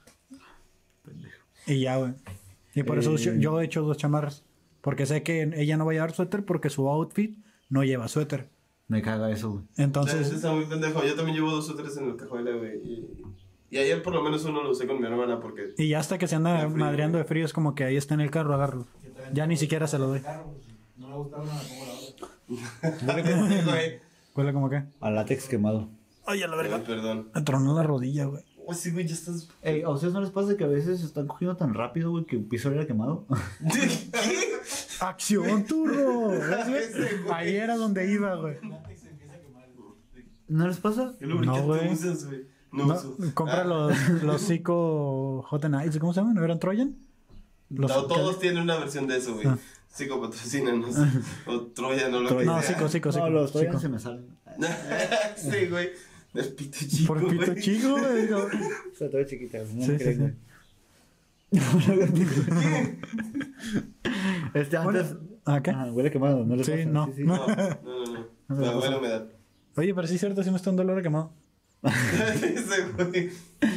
Speaker 4: Y ya, güey. Y por eso
Speaker 1: Eh.
Speaker 4: yo, yo he hecho dos chamarras. Porque sé que ella no va a llevar suéter porque su outfit no lleva suéter.
Speaker 1: Me caga eso, güey.
Speaker 3: Entonces,
Speaker 4: Entonces,
Speaker 3: está muy pendejo. Yo también llevo dos o tres en el cajuela, güey. Y, y ayer por lo menos uno lo usé con mi hermana porque...
Speaker 4: y ya hasta que se anda
Speaker 3: De frío,
Speaker 4: madreando
Speaker 3: güey.
Speaker 4: de frío es como que ahí está en el carro, agárralo.
Speaker 2: Yo también
Speaker 4: Ya
Speaker 2: tengo
Speaker 4: ni siquiera se lo doy.
Speaker 2: carro, pues, no me gusta una, como la otra.
Speaker 3: Sí, güey.
Speaker 4: ¿Cuál como que?
Speaker 1: A látex quemado.
Speaker 4: Ay, a la
Speaker 3: Ay,
Speaker 4: verga.
Speaker 3: perdón.
Speaker 4: Me tronó la rodilla, güey.
Speaker 3: Oh, sí, güey, ya estás...
Speaker 1: Ey, ¿a ustedes no les pasa que a veces se están cogiendo tan rápido, güey, que empieza a oler a quemado?
Speaker 3: ¿Qué?
Speaker 4: ¡Acción, turro! ¿Ves, güey?
Speaker 3: Ese, güey.
Speaker 4: Ahí era donde iba, güey.
Speaker 2: El látex se empieza a quemar.
Speaker 1: ¿No les pasa?
Speaker 3: ¿Qué lubricante
Speaker 4: No, güey.
Speaker 3: usas, güey? No,
Speaker 4: No,
Speaker 3: uso.
Speaker 4: compra
Speaker 3: Ah.
Speaker 4: los, los Zico Hot Nights, ¿cómo se llaman? ¿No eran Trojan? Los-
Speaker 3: No, todos tienen una versión de eso, güey.
Speaker 4: Ah.
Speaker 3: Zico patrocínanos. O Troya, no lo que
Speaker 4: No,
Speaker 3: sea.
Speaker 4: Zico, Zico, Zico.
Speaker 1: No, los
Speaker 4: Zico.
Speaker 1: Troyans se me salen.
Speaker 3: Sí, güey. Del pito chico,
Speaker 4: Por pito
Speaker 3: güey.
Speaker 4: chico, güey. digo.
Speaker 1: O sea, todo chiquita. No
Speaker 4: Sí,
Speaker 1: me
Speaker 4: sí,
Speaker 1: creen,
Speaker 4: sí.
Speaker 1: güey. Este antes...
Speaker 4: ¿Ah, qué?
Speaker 1: Ajá, huele quemado, ¿no les
Speaker 4: Sí,
Speaker 1: pasa?
Speaker 4: no.
Speaker 1: Sí, sí.
Speaker 3: No, no, no. no.
Speaker 1: No me
Speaker 3: Me
Speaker 1: pasa.
Speaker 3: huele a humedad.
Speaker 4: Oye, pero sí es cierto, sí me está un dolor de quemado.
Speaker 3: Ese, güey.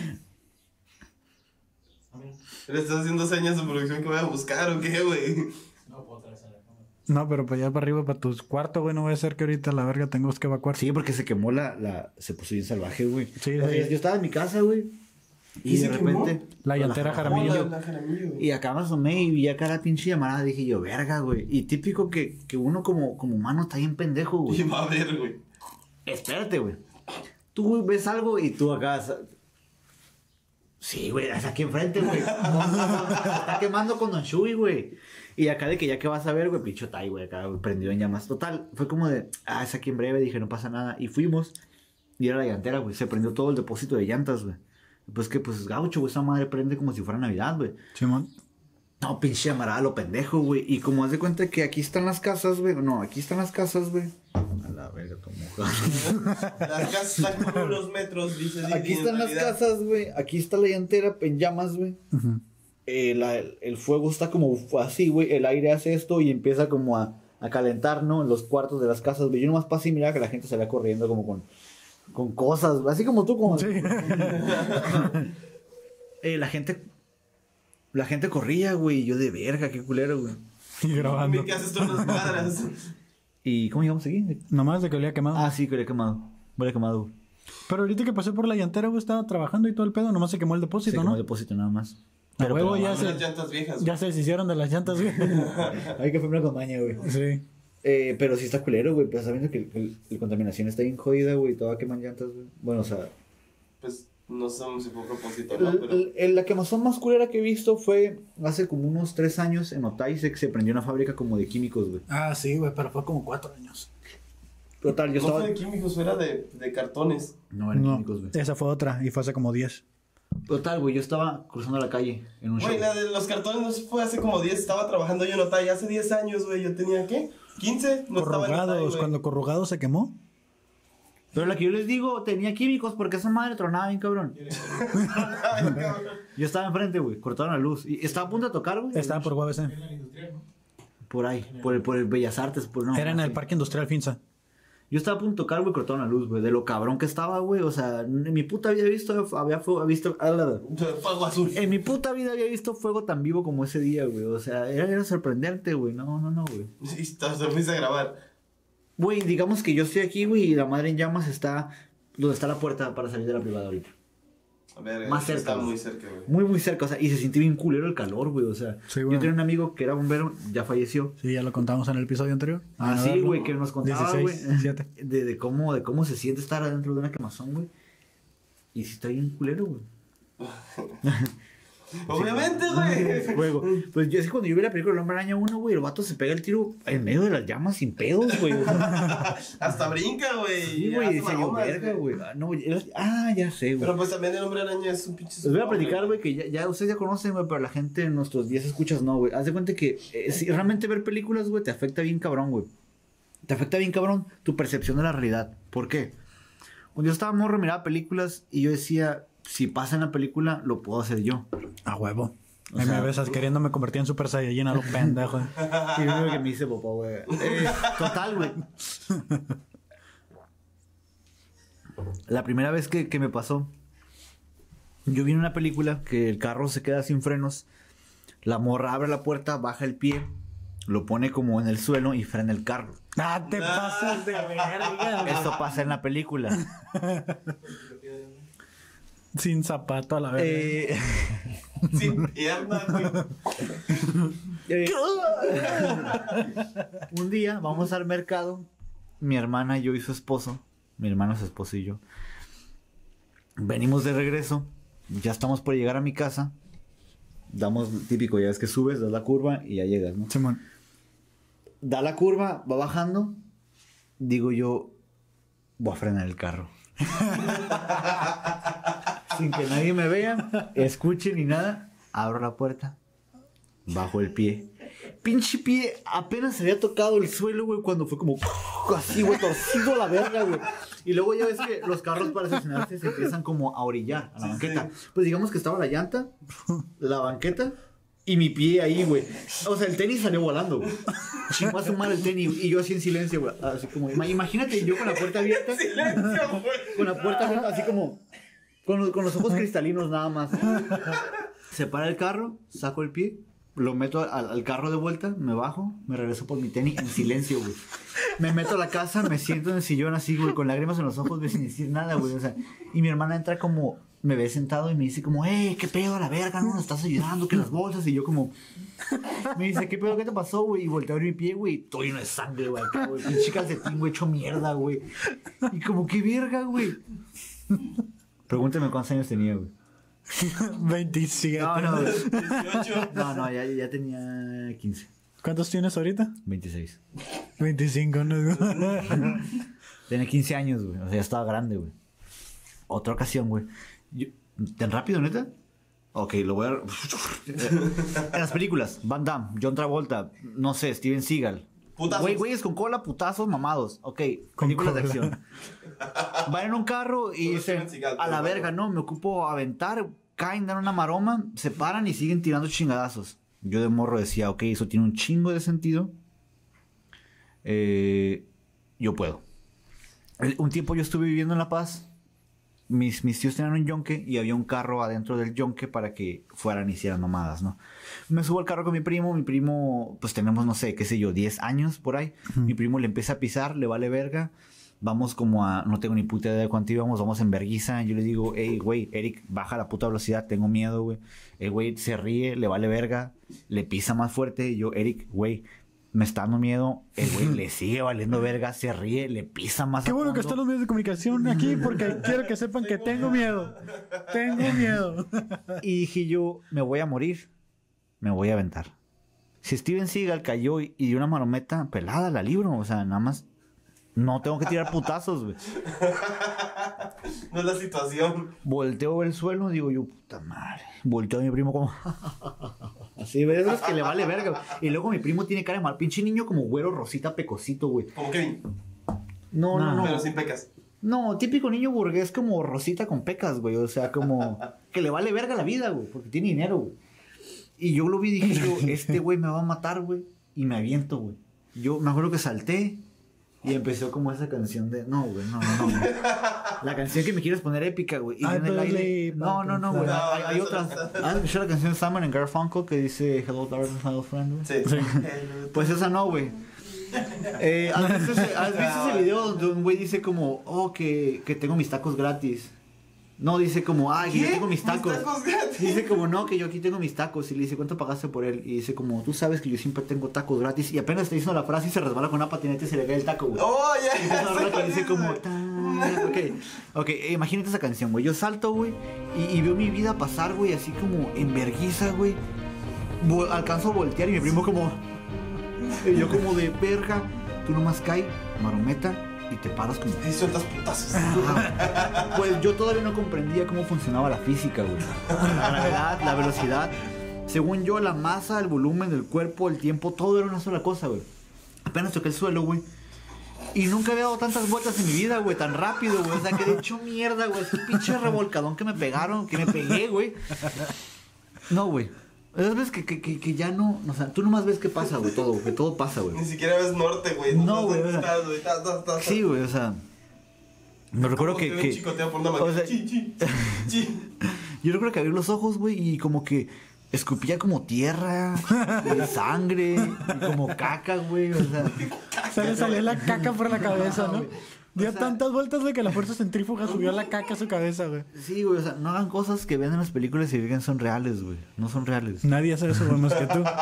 Speaker 2: A mí
Speaker 3: ¿Le estás haciendo señas de producción que voy a buscar o qué, güey?
Speaker 2: no puedo atravesar la cámara.
Speaker 4: No, pero para allá para arriba, para tus cuartos, güey, no voy a ser que ahorita la verga tengo que evacuar.
Speaker 1: Sí, porque se quemó la... la... Se puso bien salvaje, güey.
Speaker 4: Sí,
Speaker 1: O sea,
Speaker 4: sí.
Speaker 1: yo, yo estaba en mi casa, güey. Y
Speaker 3: ¿Y
Speaker 1: de
Speaker 3: se quemó?
Speaker 1: repente...
Speaker 4: La llantera Jaramillo.
Speaker 3: Hola, la Jaramillo.
Speaker 1: Y acá me asomé y vi acá la pinche llamada. Dije yo, verga, güey. Y típico que, que uno como, como humano está bien pendejo, güey.
Speaker 3: Y va a ver, güey.
Speaker 1: Espérate, güey. Tú ves algo y tú acá... sa- Sí, güey, es aquí enfrente, güey. Está quemando con Don Shui, güey. Y acá de que ya que vas a ver, güey, pincho tai, güey, acá güey, prendió en llamas. Total, fue como de, ah, es aquí en breve. Dije, no pasa nada. Y fuimos y era la llantera, güey. Se prendió todo el depósito de llantas, güey. Pues que, pues, gaucho, güey, esa madre prende como si fuera Navidad, güey.
Speaker 4: Simón.
Speaker 1: No, pinche llamarada, lo pendejo, güey. Y como haz de cuenta que aquí están las casas, güey. No, aquí están las casas, güey. A la verga, tu mujer.
Speaker 3: Las casas están como unos metros, dice Didi,
Speaker 1: Aquí
Speaker 3: en
Speaker 1: están las
Speaker 3: realidad.
Speaker 1: casas, güey. Aquí está la llantera en llamas, güey.
Speaker 4: Ujú.
Speaker 1: Eh, la- el fuego está como así, güey. El aire hace esto y empieza como a, a calentar, ¿no? En los cuartos de las casas, güey. Yo nomás pasé y miraba que la gente salía corriendo como con, con cosas, güey. Así como tú, como...
Speaker 4: Sí.
Speaker 1: Eh, la gente... La gente corría, güey. Y yo de verga, qué culero, güey.
Speaker 4: Y grabando.
Speaker 3: Mi casa está en unas cuadras.
Speaker 1: ¿Y cómo llegamos aquí?
Speaker 4: Nomás de que olía quemado.
Speaker 1: Ah, sí, que le he quemado. Huele quemado, güey.
Speaker 4: Pero ahorita que pasé por la llantera, güey, estaba trabajando y todo el pedo, nomás se quemó el
Speaker 1: Se
Speaker 4: depósito,
Speaker 1: quemó
Speaker 4: ¿no?
Speaker 1: el depósito nada más.
Speaker 4: A
Speaker 1: Pero,
Speaker 4: huevo
Speaker 1: pero,
Speaker 4: ya
Speaker 3: Son las
Speaker 4: se,
Speaker 3: llantas viejas, güey.
Speaker 4: ya se deshicieron de las llantas, güey.
Speaker 1: Hay que fue una compañía, güey.
Speaker 4: Sí.
Speaker 1: Eh, pero sí está culero, güey. Pues sabiendo que el, el- la contaminación está bien jodida, güey. Toda queman llantas, güey. Bueno, o sea.
Speaker 3: Pues no sabemos si fue a propósito,
Speaker 1: el-
Speaker 3: ¿no? Pero...
Speaker 1: el- el- la quemazón más culera que he visto fue hace como unos tres años en Otay. Se, se prendió una fábrica como de químicos, güey.
Speaker 4: Ah, sí, güey, pero fue como cuatro años.
Speaker 1: Total, yo
Speaker 3: No
Speaker 1: estaba.
Speaker 3: fue de químicos, era de, de cartones.
Speaker 1: No, eran
Speaker 4: No,
Speaker 1: químicos, güey.
Speaker 4: esa fue otra y fue hace como diez.
Speaker 1: Total, güey. Yo estaba cruzando la calle en un show.
Speaker 3: Güey, la de los cartones no se fue hace como diez. Estaba trabajando yo en Otay hace diez años, güey. Yo tenía, ¿qué? ¿quince? No estaba en Otay,
Speaker 4: Corrugados,
Speaker 3: güey.
Speaker 4: cuando Corrugados se quemó.
Speaker 1: Pero la que yo les digo tenía químicos porque esa madre tronaba bien, cabrón.
Speaker 3: Ay, cabrón.
Speaker 1: Yo estaba enfrente, güey. Cortaron la luz. Y estaba a punto de tocar, güey.
Speaker 4: Estaba por U A B C.
Speaker 2: En la industrial, ¿no?
Speaker 1: Por ahí. Por el, por el Bellas Artes. Por, no,
Speaker 4: Era en
Speaker 1: no
Speaker 4: el
Speaker 1: sé.
Speaker 4: Parque Industrial Finza.
Speaker 1: Yo estaba a punto de tocar, güey, cortaron la luz, güey. De lo cabrón que estaba, güey. O sea, en mi puta vida había visto, había fu- visto, ah, la- la-
Speaker 3: Fuego azul.
Speaker 1: en mi puta vida había visto fuego tan vivo como ese día, güey. O sea, era, era sorprendente, güey. No, no, no, güey.
Speaker 3: Y está- se fuiste a grabar.
Speaker 1: Güey, digamos que yo estoy aquí, güey, y la madre en llamas está donde está la puerta para salir de la privada ahorita.
Speaker 3: A ver,
Speaker 1: Más
Speaker 3: está
Speaker 1: cerca, güey.
Speaker 3: muy cerca, güey.
Speaker 1: Muy, muy cerca, o sea, y se sintió bien culero el calor, güey. O sea,
Speaker 4: Sí,
Speaker 1: yo
Speaker 4: güey.
Speaker 1: tenía un amigo que era bombero, ya falleció.
Speaker 4: Sí, ya lo contamos en el episodio anterior.
Speaker 1: Ah,
Speaker 4: no,
Speaker 1: sí,
Speaker 4: no.
Speaker 1: güey, que nos contaba, güey,
Speaker 4: dieciséis, siete.
Speaker 1: de, de cómo, de cómo se siente estar adentro de una quemazón, güey. Y si está bien culero, güey.
Speaker 3: Obviamente, güey.
Speaker 1: Luego, pues yo es que cuando yo vi la película El Hombre Araña uno, güey, el vato se pega el tiro en medio de las llamas sin pedos, güey. O sea,
Speaker 3: Hasta brinca, güey.
Speaker 1: sí,
Speaker 3: y
Speaker 1: güey,
Speaker 3: hace
Speaker 1: dice yo,
Speaker 3: maromas,
Speaker 1: verga, güey. Ah, no, güey, era- ah, ya sé, güey.
Speaker 3: Pero pues también el hombre araña es un pinche.
Speaker 1: Les voy a platicar, güey, que ya, ya ustedes ya conocen, güey, pero la gente en nuestros diez escuchas no, güey. Haz de cuenta que eh, si realmente ver películas, güey, te afecta bien cabrón, güey. Te afecta bien cabrón tu percepción de la realidad. ¿Por qué? Cuando yo estaba morro, miraba películas y yo decía, si pasa en la película, lo puedo hacer yo.
Speaker 4: A huevo.
Speaker 1: O
Speaker 4: Ahí
Speaker 1: sea-
Speaker 4: me besas queriéndome convertir en Super Saiyajin a lo pendejo.
Speaker 1: Y lo único que me dice papá, güey. Eh, total, güey. La primera vez que, que me pasó, yo vi en una película que el carro se queda sin frenos, la morra abre la puerta, baja el pie, lo pone como en el suelo y frena el carro.
Speaker 4: Ah, te pasas de verga.
Speaker 1: Esto pasa en la película.
Speaker 4: Sin zapato a la verga.
Speaker 1: Eh,
Speaker 3: Sin pierna, güey.
Speaker 1: eh, un día vamos al mercado, mi hermana, yo y su esposo, mi hermano, su esposo y yo, venimos de regreso, ya estamos por llegar a mi casa, damos típico, ya es que subes, das la curva y ya llegas, ¿no?
Speaker 4: Simón.
Speaker 1: Da la curva, va bajando, digo yo, voy a frenar el carro. Sin que nadie me vea, escuche ni nada, abro la puerta, bajo el pie. Pinche pie apenas se había tocado el suelo, güey, cuando fue como así, güey, torcido a la verga, güey. Y luego ya ves que los carros para estacionarse se empiezan como a orillar a la banqueta. Pues digamos que estaba la llanta, la banqueta y mi pie ahí, güey. O sea, el tenis salió volando, güey. Chingó a su madre el tenis y yo así en silencio, güey. Así como, ima- imagínate yo con la puerta abierta.
Speaker 3: Silencio, güey.
Speaker 1: Con la puerta abierta, así como, con los, con los ojos cristalinos nada más. Se para el carro, saco el pie, lo meto al, al carro de vuelta, me bajo, me regreso por mi tenis en silencio, güey. Me meto a la casa, me siento en el sillón así, güey, con lágrimas en los ojos, güey, sin decir nada, güey. O sea, y mi hermana entra como, me ve sentado y me dice como, hey, qué pedo a la verga, no nos estás ayudando, que las bolsas. Y yo como, me dice, ¿qué pedo, qué te pasó, güey? Y volteo a ver mi pie, güey, todo lleno de sangre, güey, acá, güey. Pinche calcetín, güey, hecho mierda, güey. Y como, qué verga, güey. Pregúntame cuántos años tenía, güey.
Speaker 4: veintisiete.
Speaker 1: No, no, güey.
Speaker 3: dieciocho.
Speaker 1: No, no, ya, ya tenía quince,
Speaker 4: ¿Cuántos tienes ahorita?
Speaker 1: veintiséis.
Speaker 4: veinticinco, ¿no?
Speaker 1: Tenía quince años, güey. O sea, ya estaba grande, güey. Otra ocasión, güey. Yo- ¿Tan rápido, neta? Ok, lo voy a... En las películas, Van Damme, John Travolta, no sé, Steven Seagal.
Speaker 3: Putazos.
Speaker 1: Güey, güeyes con cola, putazos, mamados. Ok, películas de
Speaker 4: cola.
Speaker 1: acción. Van en un carro y
Speaker 3: Solo
Speaker 1: dicen,
Speaker 3: Steven Seagal,
Speaker 1: a la
Speaker 3: pero
Speaker 1: verga,
Speaker 3: bueno.
Speaker 1: no, me ocupo aventar, caen, dan una maroma, se paran y siguen tirando chingadazos. Yo de morro decía, ok, eso tiene un chingo de sentido. Eh, yo puedo. El- un tiempo yo estuve viviendo en La Paz. Mis, mis tíos tenían un yonque y había un carro adentro del yonque para que fueran y hicieran mamadas, ¿no? Me subo al carro con mi primo, mi primo, pues tenemos, no sé, qué sé yo, diez años por ahí. Mi primo le empieza a pisar, le vale verga, vamos como a, no tengo ni puta idea de cuánto íbamos, vamos en verguiza. Yo le digo, hey, güey, Eric, baja la puta velocidad, tengo miedo, güey. El güey se ríe, le vale verga, le pisa más fuerte. Y yo, Eric, güey, me está dando miedo. El güey le sigue valiendo verga, se ríe, le pisa más.
Speaker 4: Qué bueno que están los medios de comunicación aquí porque quiero que sepan que tengo miedo. Tengo miedo.
Speaker 1: Y dije yo, me voy a morir, me voy a aventar. Si Steven Seagal cayó y, y dio una marometa pelada, la libro, o sea, nada más. No tengo que tirar putazos, güey.
Speaker 3: No es la situación.
Speaker 1: Volteo el suelo, digo yo, puta madre. Volteo a mi primo como... Así, ¿ves? Es que le vale verga, güey. Y luego mi primo tiene cara de mal. Pinche niño como güero, rosita, pecosito, güey.
Speaker 3: Como Kevin.
Speaker 1: No, no, no.
Speaker 3: Pero sin pecas.
Speaker 1: No, típico niño burgués como rosita con pecas, güey. O sea, como... que le vale verga la vida, güey. Porque tiene dinero, güey. Y yo lo vi y dije yo, este güey me va a matar, güey. Y me aviento, güey. Yo me acuerdo que salté... Y empezó como esa canción de... No, güey, no, no, no. La canción que me quieres poner épica, güey. Y en el aire... No, no, no, güey.
Speaker 3: No,
Speaker 1: hay hay
Speaker 3: eso
Speaker 1: otra...
Speaker 3: no está.
Speaker 1: ¿Has escuchado la canción Simon and Garfunkel que dice Hello, darling, hello, friend, güey?
Speaker 3: Sí.
Speaker 1: Pues esa no, güey. Eh, ¿has, visto ese, ¿Has visto ese video donde un güey dice como... Oh, que, que tengo mis tacos gratis? No, dice como... Ah, que yo
Speaker 3: ¿Qué?
Speaker 1: tengo mis tacos.
Speaker 3: ¿Mis tacos gratis?
Speaker 1: Dice como... No, que yo aquí tengo mis tacos. Y le dice... ¿Cuánto pagaste por él? Y dice como... Tú sabes que yo siempre tengo tacos gratis. Y apenas está diciendo la frase y se resbala con una patineta y se le cae el taco, güey.
Speaker 3: Oh,
Speaker 1: Y
Speaker 3: ya.
Speaker 1: empieza a
Speaker 3: sé
Speaker 1: hablar que
Speaker 3: cuál
Speaker 1: dice
Speaker 3: es,
Speaker 1: como...
Speaker 3: güey.
Speaker 1: "Ta". Ok, ok, eh, imagínate esa canción, güey. Yo salto, güey, y, y veo mi vida pasar, güey, así como en verguiza, güey. Vo- alcanzo a voltear y mi primo como... Y yo como de verga. Tú nomás cae, marometa, y te paras como...
Speaker 3: Y sueltas putazos.
Speaker 1: Ajá. Pues yo todavía no comprendía cómo funcionaba la física, güey. La gravedad, la velocidad. Según yo, la masa, el volumen del cuerpo, el tiempo, todo era una sola cosa, güey. Apenas toqué el suelo, güey. Y nunca había dado tantas vueltas en mi vida, güey, tan rápido, güey. O sea, que de hecho mierda, güey. Ese pinche revolcadón que me pegaron, que me pegué, güey. No, güey. Esas veces que, que, que, que ya no... O sea, tú nomás ves qué pasa, güey, todo, que todo pasa, güey.
Speaker 3: Ni siquiera ves norte, güey.
Speaker 1: No,
Speaker 3: sabes
Speaker 1: güey,
Speaker 3: dónde
Speaker 1: o sea,
Speaker 3: estás, güey. Ta, ta, ta, ta.
Speaker 1: Sí, güey, o sea... Me recuerdo
Speaker 3: Como
Speaker 1: que...
Speaker 3: un
Speaker 1: que
Speaker 3: chicoteo por una
Speaker 1: o
Speaker 3: máquina.
Speaker 1: sea,
Speaker 3: Chi, chi, chi.
Speaker 1: yo recuerdo que abrí los ojos, güey, y como que... Escupía como tierra, y sangre, y como caca, güey, o sea...
Speaker 4: Se le salió la caca por la cabeza, ¿no?
Speaker 1: güey.
Speaker 4: Dio
Speaker 1: O sea-
Speaker 4: tantas vueltas, güey, que la fuerza centrífuga subió la caca a su cabeza, güey.
Speaker 1: Sí, güey, o sea, no hagan cosas que ven en las películas y digan son reales, güey. No son reales.
Speaker 4: Nadie hace eso, güey, más que tú.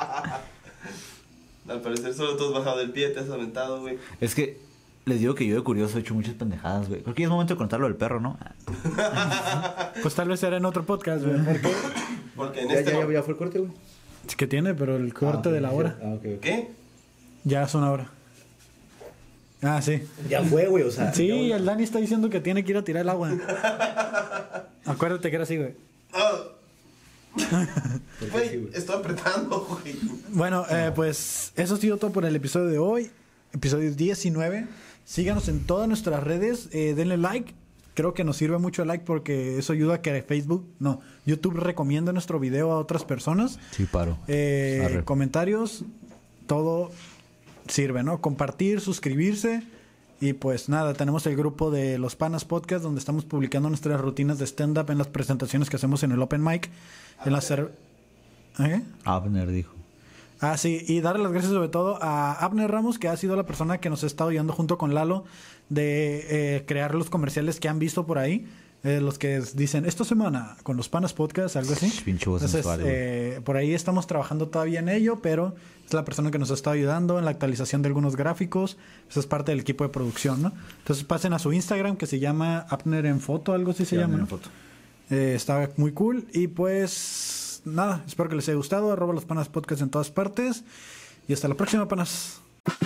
Speaker 3: Al parecer solo tú has bajado del pie, te has aventado, güey.
Speaker 1: Es que les digo que yo de curioso he hecho muchas pendejadas, güey. Creo que ya es momento de contarlo del perro, ¿no?
Speaker 4: Pues tal vez será en otro podcast, güey. Porque
Speaker 3: Porque en
Speaker 1: Ya,
Speaker 3: este...
Speaker 1: ya,
Speaker 3: mo-
Speaker 1: ya fue el corte, güey.
Speaker 4: es que tiene, pero el corte de la hora.
Speaker 1: Ah, ok, ok.
Speaker 3: ¿Qué?
Speaker 4: Ya es una hora. Ah, sí.
Speaker 1: Ya fue, güey, o sea.
Speaker 4: Sí, el Dani está diciendo que tiene que ir a tirar el agua. Acuérdate que era así, güey.
Speaker 3: Ah,
Speaker 1: sí,
Speaker 3: Güey,
Speaker 1: güey?
Speaker 3: estoy apretando, güey.
Speaker 4: Bueno, eh, pues eso ha sido todo por el episodio de hoy. Episodio diecinueve. Síganos en todas nuestras redes. Eh, denle like. Creo que nos sirve mucho el like porque eso ayuda a que Facebook, no, YouTube recomiende nuestro video a otras personas.
Speaker 1: Sí, paro.
Speaker 4: Eh,
Speaker 1: Arre.
Speaker 4: comentarios, todo sirve, ¿no? Compartir, suscribirse. Y pues nada, tenemos el grupo de Los Panas Podcast donde estamos publicando nuestras rutinas de stand-up en las presentaciones que hacemos en el Open Mic. En la cer- ¿Eh?
Speaker 1: Abner dijo.
Speaker 4: Ah, sí, y darle las gracias sobre todo a Abner Ramos, que ha sido la persona que nos ha estado ayudando junto con Lalo de eh, crear los comerciales que han visto por ahí. Eh, los que dicen, esta semana con Los Panas Podcast, algo así.
Speaker 1: Pinche voz
Speaker 4: Entonces,
Speaker 1: sensual, güey.
Speaker 4: eh, por ahí estamos trabajando todavía en ello, pero es la persona que nos ha estado ayudando en la actualización de algunos gráficos. Eso es parte del equipo de producción, ¿no? Entonces pasen a su Instagram, que se llama Abner en Foto, algo así se llama,
Speaker 1: Abner
Speaker 4: ¿no?
Speaker 1: en Foto.
Speaker 4: Eh, está muy cool. Y pues nada, espero que les haya gustado. Arroba Los Panas Podcast en todas partes. Y hasta la próxima, panas.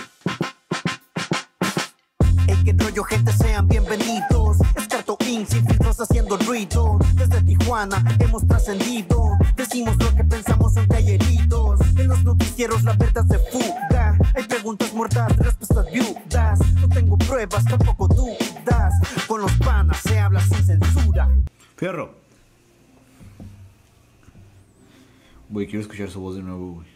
Speaker 5: Hey, qué rollo, gente, sean bienvenidos. Escarto Inc, sin filtros haciendo ruido. Desde Tijuana hemos trascendido. Decimos lo que pensamos en talleritos. En los noticieros la verdad se fuga. Hay preguntas muertas, respuestas viudas. No tengo pruebas, tampoco dudas. Con Los Panas se habla sin censura.
Speaker 1: Fierro. Güey, quiero escuchar su voz de nuevo, güey.